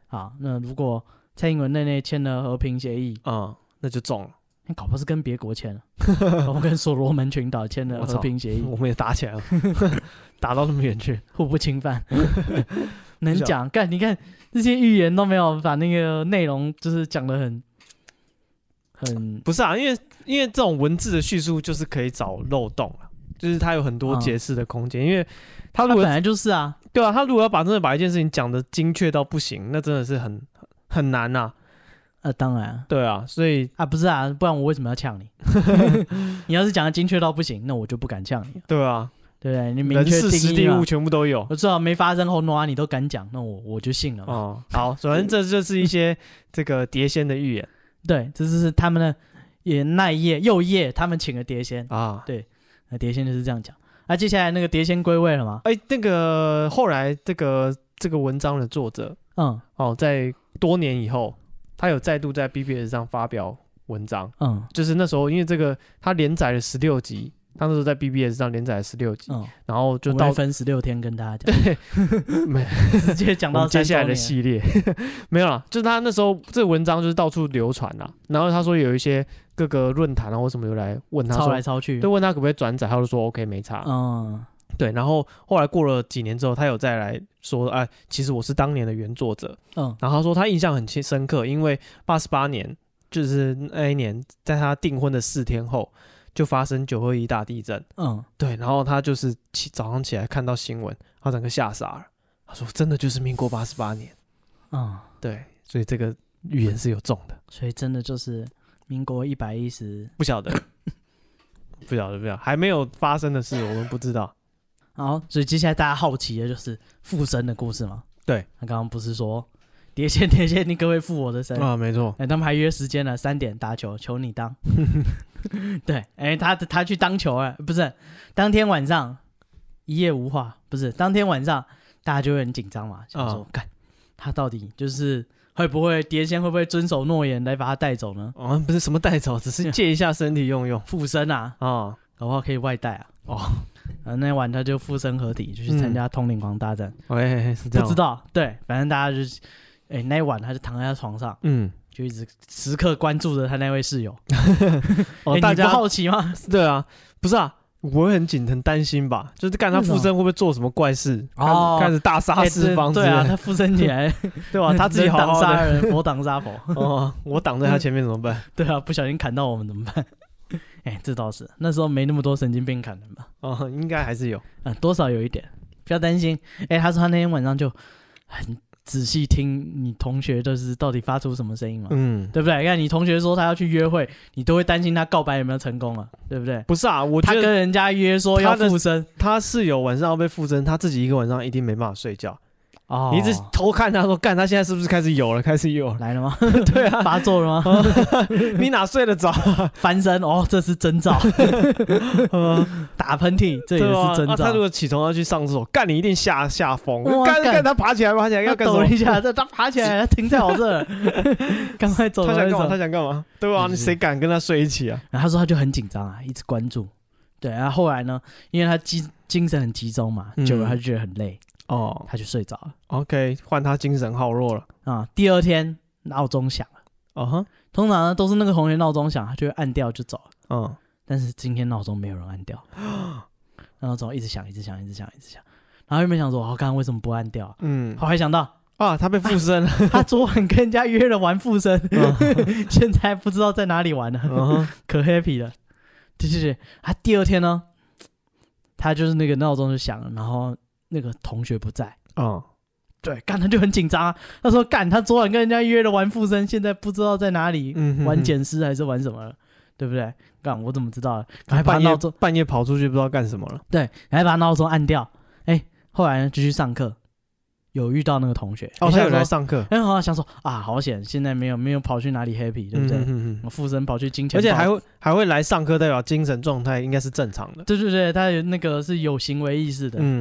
好，那如果蔡英文内内签了和平协议， 那就中了。 搞不好是跟别国签了，我跟所罗门群岛签了和平协议， 我们也打起来了，打到那么远去， 互不侵犯。能讲干？你看这些预言都没有把那个内容就是讲得很不是啊，因为这种文字的叙述就是可以找漏洞啊，就是它有很多解释的空间，因为它本来就是啊， 对啊，他如果要真的把一件事情讲得精确到不行，那真的是很难啊。 当然， 对啊，所以不是啊，不然我为什么要呛你？你要是讲的精确到不行，那我就不敢呛你。 对啊， 对不对？你明确定义嘛，人事、 时地物全部都有。 我知道没发生后你都敢讲，那我就信了嘛。 好，反正这就是一些这个碟仙的预言。 对，这是他们的也那一页右页，他们请了碟仙啊。 对，那碟仙就是这样讲。接下来那个碟仙归位了吗？ 那个后来这个文章的作者，在多年以后。他有再度在 BBS 上发表文章，就是那时候因为这个他连载了16集，他那时候在 BBS 上连载了16集，然后就到分16天跟大家讲， 对， 直接讲到接下来的系列没有啦，就是他那时候这个文章就是到处流传啦，然后他说有一些各个论坛啊或什么有来问他说， 抄来抄去， 就问他可不可以转载，他就说 OK 没差，对，然后后来过了几年之后，他有再来说，其实我是当年的原作者，然后他说他印象很深刻，因为88年就是那一年，在他订婚的4天后，就发生921大地震，对，然后他就是早上起来看到新闻，他整个吓傻了，他说真的就是民国88年，对，所以这个预言是有中的， 所以真的就是民国110， 不晓得，还没有发生的事，我们不知道。 好，所以接下来大家好奇的就是附身的故事嘛？ 对， 他刚刚不是说碟仙，你可不可以附我的身没错。 他们还约时间了，3点打球，求你当。对，他去当球了，不是当天晚上一夜无话，不是当天晚上大家就会很紧张嘛，想说干他到底就是会不会碟仙会不会遵守诺言来把他带走呢？ 不是什么带走，只是借一下身体用附身啊，搞不好可以外带啊。那晚他就附身合体，就去参加通灵王大战。 是这样， 不知道，对，反正大家就是，那一晚他就躺在他床上，就一直时刻关注着他那位室友。大家不好奇吗？ 对啊，不是啊，我会很担心吧，就是看他附身会不会做什么怪事，开始大杀四方之类的。 对啊，他附身起来， 对吧？他自己好好挡杀人，佛挡杀佛。 我挡在他前面怎么办？ 对啊，不小心砍到我们怎么办？这倒是，那时候没那么多神经病砍人吧？ 应该还是有， 多少有一点，不要担心。他说他那天晚上就很仔细听你同学就是到底发出什么声音嘛，对不对？看你同学说他要去约会，你都会担心他告白有没有成功啊，对不对？ 不是啊，我觉得他跟人家约说要附身， 他室友晚上要被附身，他自己一个晚上一定没办法睡觉。你一直偷看他说，干他现在是不是开始有了来了吗？ 对啊， 发作了吗？ 你哪睡得着？ 翻身这是征兆。打喷嚏这也是征兆。 他如果起床要去上厕所，干你一定吓疯。干他爬起来要干什么？ 抖一下，他爬起来，他停在我这，赶快走。 他想干嘛？对啊，你谁敢跟他睡一起啊？ 然后他说他就很紧张啊，一直关注。对，然后后来呢，因为他精神很集中嘛，久了他就觉得很累。他就睡着了。 OK， 换他精神耗弱了第二天闹钟响了。通常呢都是那个同学闹钟响，他就会按掉就走了。但是今天闹钟没有人按掉，闹钟一直响，一直响。然后原本想说，刚刚为什么不按掉？后来想到他被附身了。 他昨晚跟人家约了玩附身，现在不知道在哪里玩了，可 happy 了。对，他第二天呢，他就是那个闹钟就响了，然后那个同学不在，对，他就很紧张。他说他昨晚跟人家约了玩附身，现在不知道在哪里，玩捡尸还是玩什么了，对不对？我怎么知道了？还把闹钟半夜跑出去不知道干什么了。 对，还把闹钟按掉。后来呢，就去上课，有遇到那个同学。 他有来上课。 好像想说好险，现在没有跑去哪里 happy， 对不对？我附身跑去金钱， 而且还会来上课，代表精神状态应该是正常的。 对，他有那个是有行为意识的。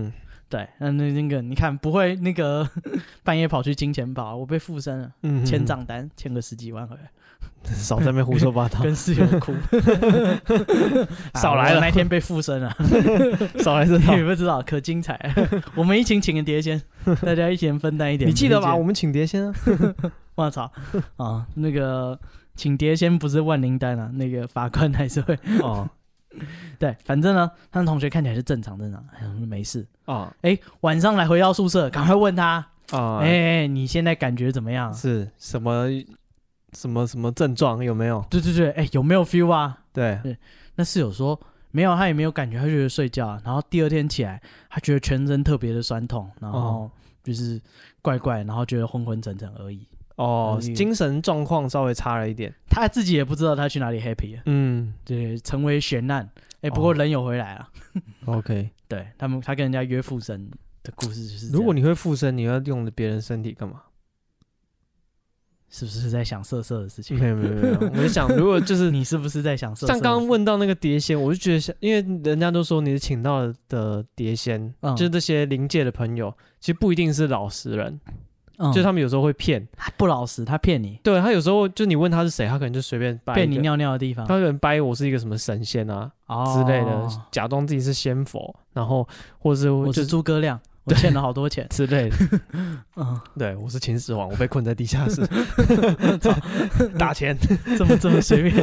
对，那个你看不会那个半夜跑去金钱豹，我被附身了，签账单签个10几万回来， 少在那边胡说八道， 跟室友哭， 少来了， 那天被附身了， 少来这套， 你不知道，可精彩，我们一起请个碟仙，大家一起分担一点， 你记得吧？我们请碟仙啊， 我操啊，那个请碟仙不是万灵丹啊，那个法官还是会哦。对，反正呢，他的同学看起来是正常，没事啊。晚上来回到宿舍，赶快问他啊，你现在感觉怎么样？ 是什么症状？有没有？ 对，有没有 feel 啊？ 对， 那室友说没有，他也没有感觉，他觉得睡觉，然后第二天起来，他觉得全身特别的酸痛，然后就是怪怪，然后觉得昏昏沉沉而已。 精神状况稍微差了一点， 他自己也不知道他去哪里 happy 了。对，成为悬案。不过人有回来了。 OK， 对他跟人家约附身的故事就是这样。 如果你会附身，你要用别人身体干嘛？ 是不是在想色色的事情？ 没有，我就想，如果就是你是不是在想色色？ 像刚刚问到那个碟仙，我就觉得，因为人家都说你是请到的碟仙，就是这些灵界的朋友，其实不一定是老实人。就是他们有时候会骗， 他不老实，他骗你。 对，他有时候就你问他是谁，他可能就随便掰骗你尿尿的地方， 他可能掰我是一个什么神仙啊之类的，假装自己是仙佛，然后或者是我是诸葛亮，我欠了好多钱之类的。对，我是秦始皇，我被困在地下室，打钱， 这么随便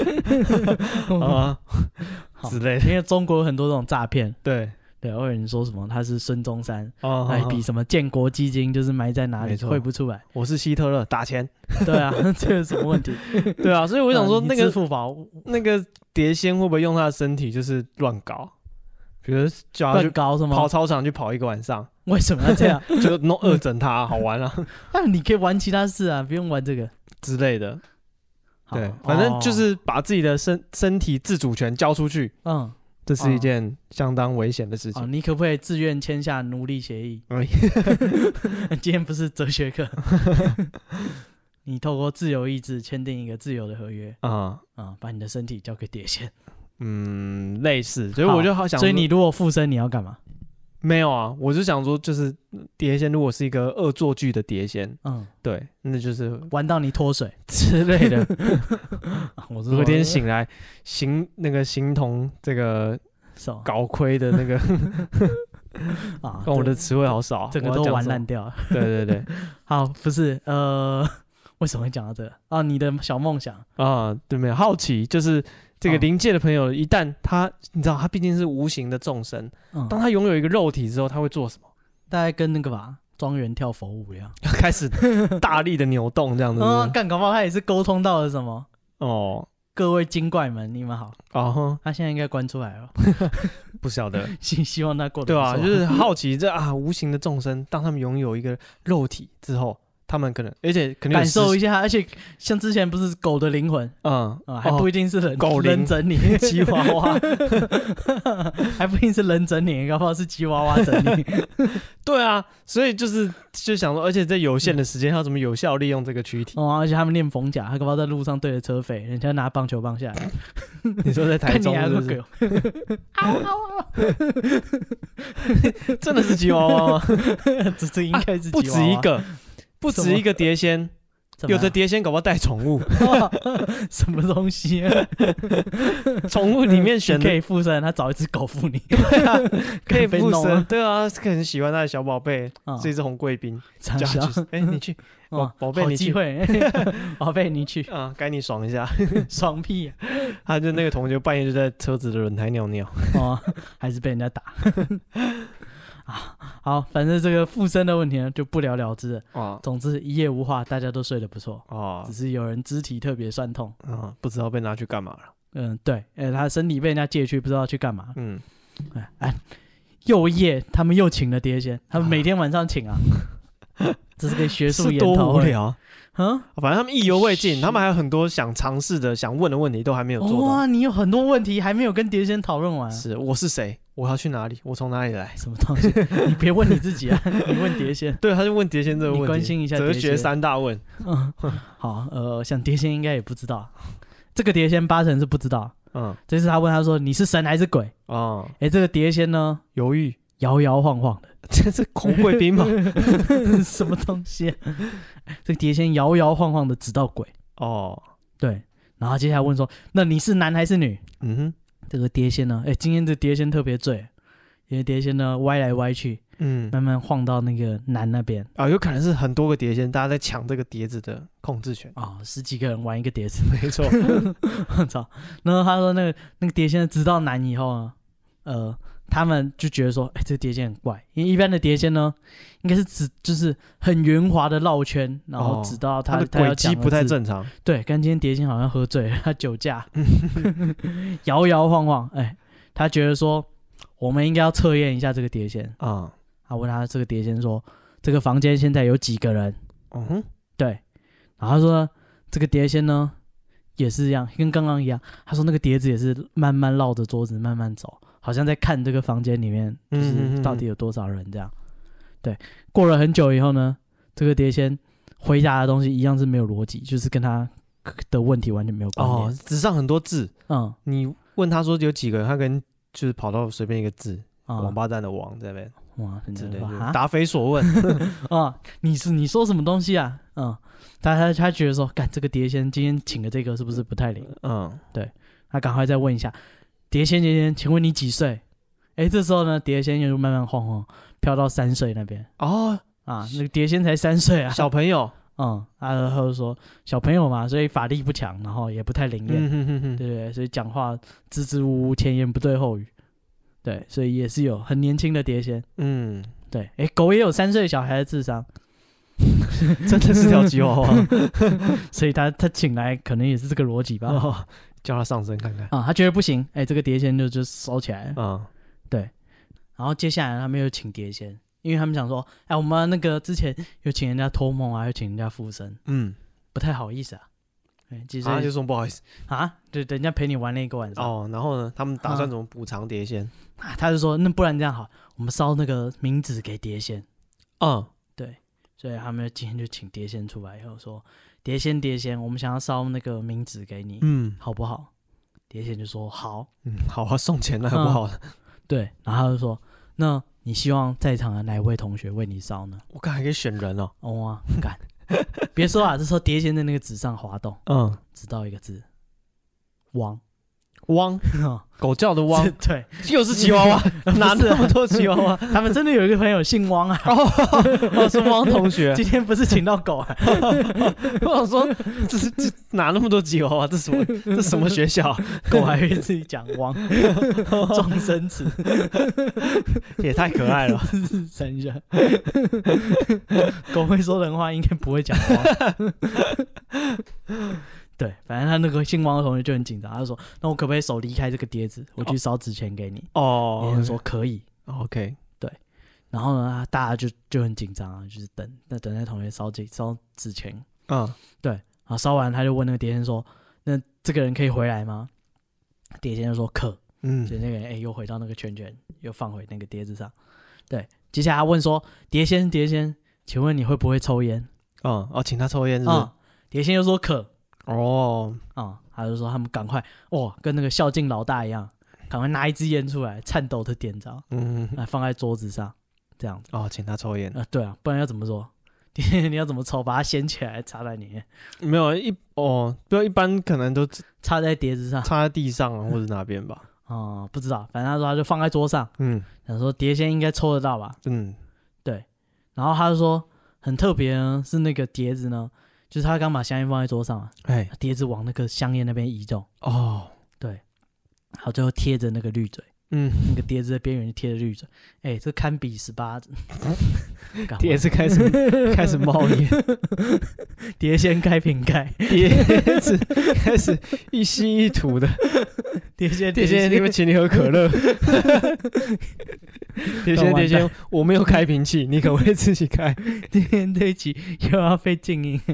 之类的。 因为中国有很多这种诈骗， 对， 或者你说什么他是孙中山，比什么建国基金就是埋在哪里汇不出来。 我是希特勒，打钱。 对啊，这有什么问题？ 对啊，所以我想说那个支付宝那个碟仙会不会用他的身体就是乱搞？比如叫他去跑操场去跑1个晚上， 为什么要这样？ 就弄恶整他，好玩啊！ 你可以玩其他事啊，不用玩这个之类的。对，反正就是把自己的身体自主权交出去。这是一件相当危险的事情。 你可不可以自愿签下奴隶协议？今天不是哲学课，你透过自由意志签订一个自由的合约把你的身体交给碟仙。 类似，所以我就好想， 所以你如果附身，你要干嘛？ 没有啊，我就想说，就是碟仙如果是一个恶作剧的碟仙，对，那就是玩到你脱水之类的。我昨天醒来，形同这个搞亏的那个我的词汇好少， 这个都玩烂掉了。 对， 好，不是为什么会讲到这个你的小梦想对，没有好奇，就是这个灵界的朋友，一旦你知道他毕竟是无形的众生，当他拥有一个肉体之后，他会做什么？ 大概跟那个吧，庄园跳佛舞一样， 开始大力的扭动这样子。 搞不好他也是沟通到了什么各位精怪们，你们好他现在应该关出来了， 不晓得， 希望他过得不错。 对啊，就是好奇这无形的众生，当他们拥有一个肉体之后，他们可能，而且可能感受一下，而且像之前不是狗的灵魂，还不一定是人， 狗人整你吉娃娃， 还不一定是人整你，搞不好是吉娃娃整你。 对啊，所以就想说，而且在有限的时间，要怎么有效利用这个躯体？ 而且他们练逢甲，他搞不好在路上对着车飞，人家拿棒球棒下来。 你说在台中是不是？真的是吉娃娃吗？ 这应该是吉娃娃， 不止一个。不止一个碟仙，有的碟仙搞不好带宠物， 什么东西？ 宠物里面选的可以附身，他找一只狗附你， 对啊，可以附身，对啊，可能喜欢他的小宝贝，是一只红贵宾，叫他去，你去，宝贝你去， 宝贝你去该你爽一下， 爽屁！ 他就那个同学半夜就在车子的轮胎尿尿， 还是被人家打。好，反正这个附身的问题呢，就不了了之了。总之一夜无话，大家都睡得不错。只是有人肢体特别酸痛， 不知道被拿去干嘛了。 对，他身体被人家借去，不知道去干嘛。又夜，他们又请了碟仙，他们每天晚上请啊。这是个学术研讨会， 多无聊。反正他们意犹未尽，他们还有很多想尝试的、想问的问题都还没有做到。 哇，你有很多问题还没有跟碟仙讨论完。 是，我是谁？我要去哪里？我从哪里来？ 什么东西？你别问你自己啊，你问碟仙。 对，他就问碟仙这个问题。 你关心一下哲学3大问。 好，像碟仙应该也不知道，这个碟仙8成是不知道。这次他问他说：“你是神还是鬼？”这个碟仙呢， 犹豫， 摇摇晃晃的。 这是红贵宾吗？ 什么东西、啊？这个碟仙摇摇晃晃的指到鬼。 哦， 对，然后接下来问说，那你是男还是女？ 嗯哼， 这个碟仙呢？今天这碟仙特别醉，因为碟仙呢歪来歪去，慢慢晃到那个男那边。 有可能是很多个碟仙，大家在抢这个碟子的控制权。 10几个人玩一个碟子， 没错。 我操！然后他说那个碟仙直到男以后呢，他们就觉得说，这个碟仙很怪，因为一般的碟仙呢，应该是就是很圆滑的绕圈，然后直到他的轨迹不太正常。对， 但今天碟仙好像喝醉了，他酒驾，摇摇晃晃。他觉得说，我们应该要测验一下这个碟仙啊。他问他这个碟仙说，这个房间现在有几个人？对。然后他说这个碟仙呢，也是一样，跟刚刚一样。他说那个碟子也是慢慢绕着桌子慢慢走。好像在看这个房间里面，就是到底有多少人这样。对，过了很久以后呢，这个碟仙回答的东西一样是没有逻辑，就是跟他的问题完全没有关联。 纸上很多字，你问他说有几个人，他跟就是跑到随便一个字，王八蛋的王在那边， 哇， 之类的，答非所问。 你说什么东西啊？他觉得说，干这个碟仙今天请的这个是不是不太灵？对，他赶快再问一下。碟仙，请问你几岁？这时候呢，碟仙就慢慢晃晃，飘到3岁那边。那个碟仙才3岁啊， 小朋友。 他就说小朋友嘛，所以法力不强，然后也不太灵验，对不对？所以讲话支支吾吾，前言不对后语。对，所以也是有很年轻的碟仙。对，狗也有3岁小孩的智商， 真的是条吉娃娃。 所以他请来可能也是这个逻辑吧。 叫他上身看看他觉得不行，这个碟仙就收起来了。对，然后接下来他们又请碟仙，因为他们想说，我们那个之前有请人家托梦啊，又请人家附身，不太好意思啊。其实就说不好意思对，人家陪你玩了一个晚上。 然后呢，他们打算怎么补偿碟仙？ 他就说，那不然这样好，我们烧那个冥纸给碟仙。对，所以他们今天就请碟仙出来以后说。碟仙，我们想要烧那个冥纸给你，好不好？碟仙就说好， 好啊，送钱了，好不好？ 对，然后他就说，那你希望在场的哪一位同学为你烧呢？ 我看还可以选人哦。 干，别说啊，这时候碟仙在那个纸上滑动，只到一个字，汪。 狗叫的汪， 对， 又是吉娃娃，哪那么多吉娃娃？ 他们真的有一个朋友姓汪啊， 是汪同学。 今天不是请到狗啊？ 我想说，这哪那么多吉娃娃？这什么学校？ 狗还会自己讲汪，终身词， 也太可爱了。 等一下，狗会说人话，应该不会讲汪。对，反正他那个姓汪的同学就很紧张，他就说：“那我可不可以手离开这个碟子，我去烧纸钱给你？”别人说可以。 OK， 对。然后呢，大家就很紧张啊，就是等那同学烧纸钱。对。然后烧完，他就问那个碟仙说：“那这个人可以回来吗？”碟仙就说：“可。”所以那个人又回到那个圈圈，又放回那个碟子上。对。接下来他问说：“碟仙，请问你会不会抽烟？” 请他抽烟是不是？ 碟仙又说可。他就说他们赶快跟那个孝敬老大一样，赶快拿一支烟出来，颤抖的点着，放在桌子上，这样子。 请他抽烟。 对啊，不然要怎么做？你要怎么抽？把它掀起来插在里面？ 没有一般可能都插在碟子上， 插在地上或者哪边吧。 不知道，反正他说他就放在桌上。想说碟仙应该抽得到吧？对。然后他就说很特别呢，是那个碟子呢。就是他刚把香烟放在桌上碟子往那个香烟那边移动。对，好，最后贴着那个滤嘴。那个碟子的边缘贴着滤嘴。这堪比18。 碟子开始冒烟， 碟仙开瓶盖， 碟子开始一吸一吐的。碟仙，你们请你喝可乐。碟仙，我没有开瓶器，你可不可以自己开？ 今天这一集又要被静音。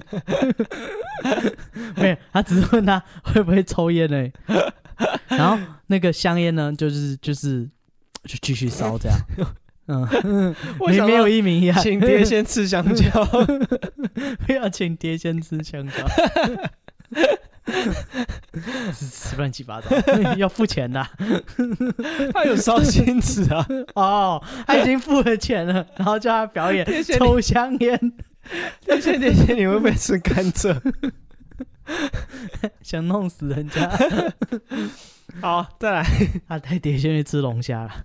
没有，他只是问他会不会抽烟而已。然后那个香烟呢，就继续烧这样。没有一名一样， 请碟仙吃香蕉。 不要请碟仙吃香蕉。 是乱七八糟，要付钱的、 他有烧金纸啊。 哦，他已经付了钱了，然后叫他表演抽香烟。 碟仙，你会不会吃甘蔗？ 想弄死人家。 好，再来， 他带碟仙去吃龙虾了。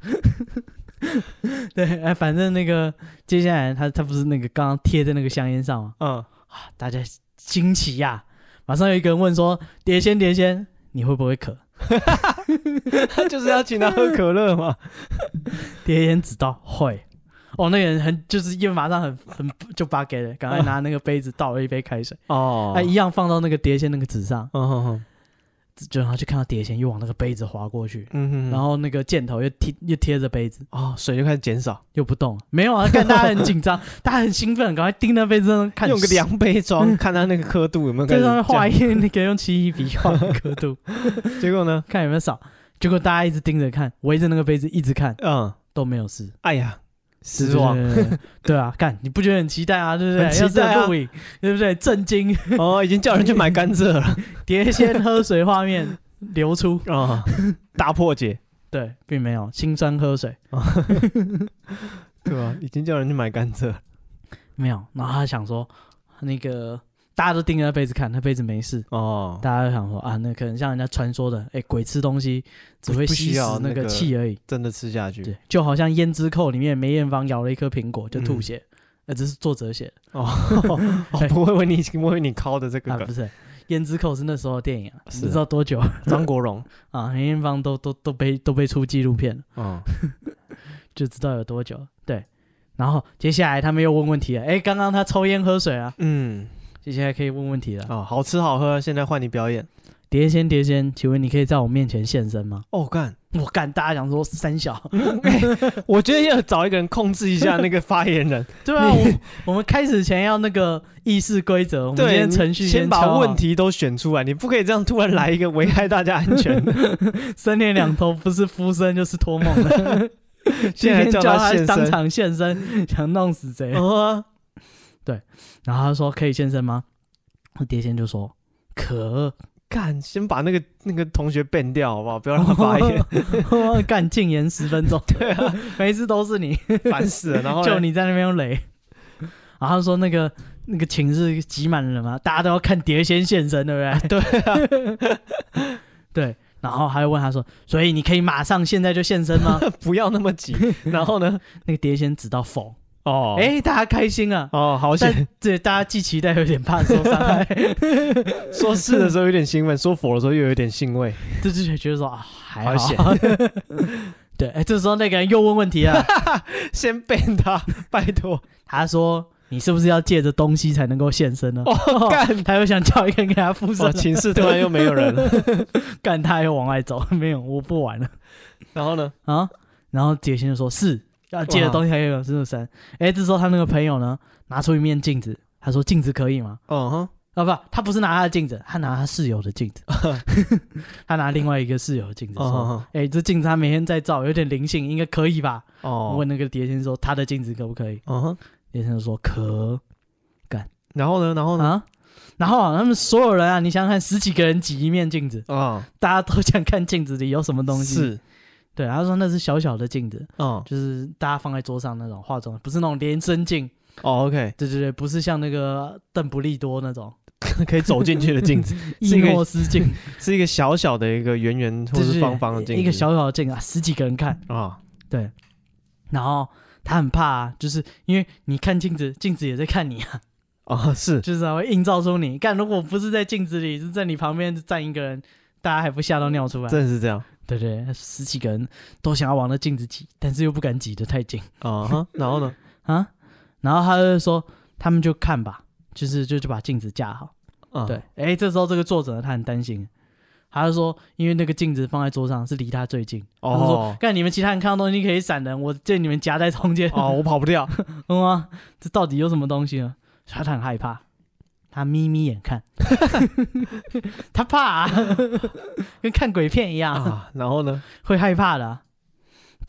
对，反正那个接下来他不是那个刚刚贴在那个香烟上吗？大家惊奇呀、马上有一个人问说：“碟仙，你会不会渴？” 他就是要请他喝可乐嘛。 碟仙知道会。哦，那个人就是因为马上很就把给了，赶快拿那个杯子倒了一杯开水。他一样放到那个碟仙那个纸上。就然后就看到碟仙又往那个杯子滑过去，然后那个箭头又贴着杯子， 水就开始减少， 又不动了。没有啊，看大家很紧张，大家很兴奋，赶快盯那杯子上看， 用个量杯装，看他那个刻度有没有。 在上面画那个用奇异笔画的刻度， 结果呢， 看有没有少。结果大家一直盯着看，围着那个杯子一直看，都没有事。 哎呀，失望。 对啊，看你不觉得很期待啊？对不对？ 很期待啊， 录影，对不对？震惊。 已经叫人去买甘蔗了。 碟仙喝水画面流出大破解。 对，并没有辛酸喝水。 对吧？已经叫人去买甘蔗， 没有。然后他想说，那个大家都盯着那杯子看，那杯子没事。大家都想说啊，那可能像人家传说的，鬼吃东西只会吸死那个气而已， 真的吃下去。 对，就好像《胭脂扣》里面梅艳芳咬了一颗苹果就吐血，这是作者写的。 不会为你敲的这个梗， 不是。胭脂扣是那时候的电影啊，你知道多久？ 张国荣梅艳芳都被出纪录片了，就知道有多久。对，然后接下来他们又问问题了，刚刚他抽烟喝水啊，接下来可以问问题了。 好吃好喝，现在换你表演。 碟仙，请问你可以在我面前现身吗？ 我干， 大家想说三小， 我觉得要找一个人控制一下那个发言人。 对啊，我们开始前要那个议事规则，我们今天程序先把问题都选出来，你不可以这样突然来一个危害大家安全的。 三天两头不是附身就是托梦的。现在叫他当场现身，想弄死贼。对，然后他说可以现身吗？碟仙就说可。 干，先把那个同学 ban 掉好不好？不要让他发言。 干，禁言10分钟。 对啊， 每一次都是你， 烦死了。然后就你在那边用雷。然后他说那个寝室挤满了嘛，大家都要看碟仙现身，对不对？ 对啊。 对，然后还会问他说，所以你可以马上现在就现身吗？ 不要那么急。然后呢， 那个碟仙指到否。大家开心啊！ 好险！ 对，大家既期待有点怕受伤害。 说是的时候有点兴奋，说否的时候又有点欣慰。 就觉得说还好险。对，这时候那个人又问问题了， 先 ban 他，拜托。 他说：“你是不是要借着东西才能够现身呢？” 干， 他又想叫一个人给他附身。 寝室突然又没有人了， 干，他又往外走，没有，我不玩了。 然后呢？ 然后碟仙就说：“是。”要借的东西还有真的神。这时候他那个朋友呢，拿出一面镜子，他说：“镜子可以吗？”他不是拿他的镜子，他拿他室友的镜子。他拿另外一个室友的镜子说：“这镜子他每天在照，有点灵性，应该可以吧？”我问那个碟仙说：“他的镜子可不可以？”碟仙就说：“可。”干。然后呢？然后他们所有人啊，你想想看，10几个人挤一面镜子大家都想看镜子里有什么东西。 是。 对，他说那是小小的镜子，就是大家放在桌上那种化妆，不是那种连身镜。 OK， 对，不是像那个邓布利多那种可以走进去的镜子， 伊诺斯镜， 是一个小小的一个圆圆或是方方的镜子， 一个小小的镜啊，10几个人看对，然后他很怕啊，就是因为你看镜子，镜子也在看你啊。 是， 就是会映照出你。干，如果不是在镜子里，是在你旁边站一个人，大家还不吓到尿出来？ 真的是这样。 对，10几个人都想要往那镜子挤，但是又不敢挤得太近。 然后呢？ 然后他就说，他们就看吧，就把镜子架好。对，这时候这个作者他很担心，他就说，因为那个镜子放在桌上是离他最近。他说，干，你们其他人看到东西可以闪人，我见你们夹在中间。 我跑不掉。 这到底有什么东西呢？他很害怕。他眯眯眼看，他怕跟看鬼片一样然后呢， 会害怕的。对，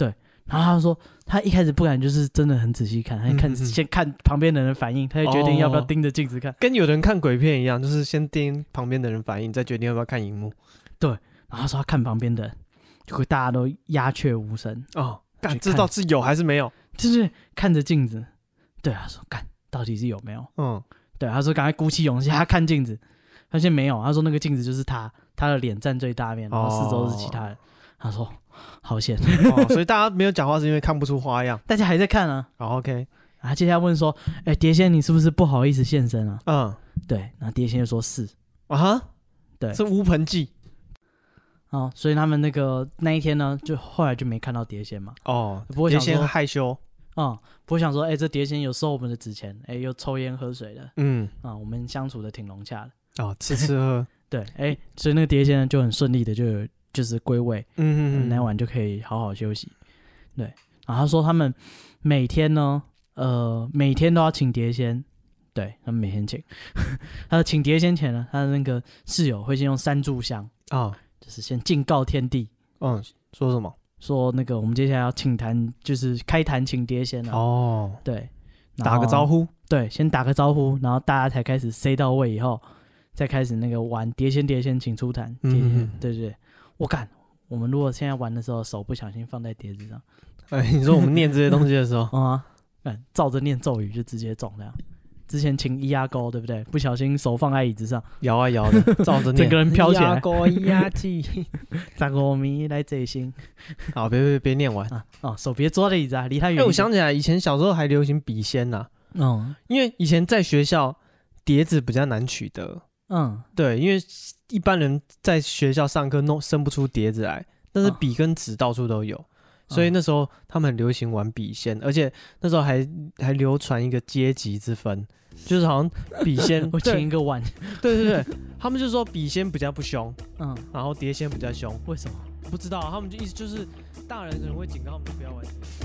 然后他说他一开始不敢，就是真的很仔细看，先看旁边的人反应，他就决定要不要盯着镜子看， 跟有人看鬼片一样，就是先盯旁边的人反应，再决定要不要看荧幕。 对，然后他说他看旁边的人，就会大家都鸦雀无声哦，知道是有还是没有， 就是看着镜子。对，他说干到底是有没有？对，他说赶快鼓起勇气，他看镜子，发现没有。他说那个镜子就是他的脸占最大面，然后四周是其他人。他说好险， 所以大家没有讲话是因为看不出花样， 大家还在看啊。 OK， 他接下来问说：“碟仙，你是不是不好意思现身啊？”对，然后碟仙就说是对， 是乌盆记。 所以他们那一天呢，就后来就没看到碟仙嘛。 不过碟仙害羞。 不会想说，这碟仙有收我们的纸钱，又抽烟喝水的，我们相处的挺融洽的。 吃吃喝。 对，所以那个碟仙呢就很顺利的就是归位，那晚就可以好好休息。对，然后他说他们每天呢，每天都要请碟仙，对他们每天请。他请碟仙前呢，他的那个室友会先用3炷香就是先敬告天地。 说什么？ 说那个我们接下来要请坛，就是开坛请碟仙对， 打个招呼。 对，先打个招呼，然后大家才开始塞到位以后，再开始那个玩碟仙请出坛。对，我们如果现在玩的时候手不小心放在碟子上， 你说我们念这些东西的时候， 照着念咒语就直接中这样。之前请咿呀钩，对不对？不小心手放在椅子上， 摇啊摇的，照着念， 整个人飘起来。 咿呀钩，咿呀记， 咱我咪来这心。 好，别念完手别抓着椅子啊，离他远。 我想起来，以前小时候还流行笔仙呐。因为以前在学校碟子比较难取得。对，因为一般人在学校上课生不出碟子来，但是笔跟纸到处都有。所以那时候他们很流行玩笔仙，而且那时候还流传一个阶级之分，就是好像笔仙我请一个碗， 对，他们就说笔仙比较不凶，然后碟仙比较凶， 为什么？ 不知道，他们就意思就是大人可能会警告他们不要玩。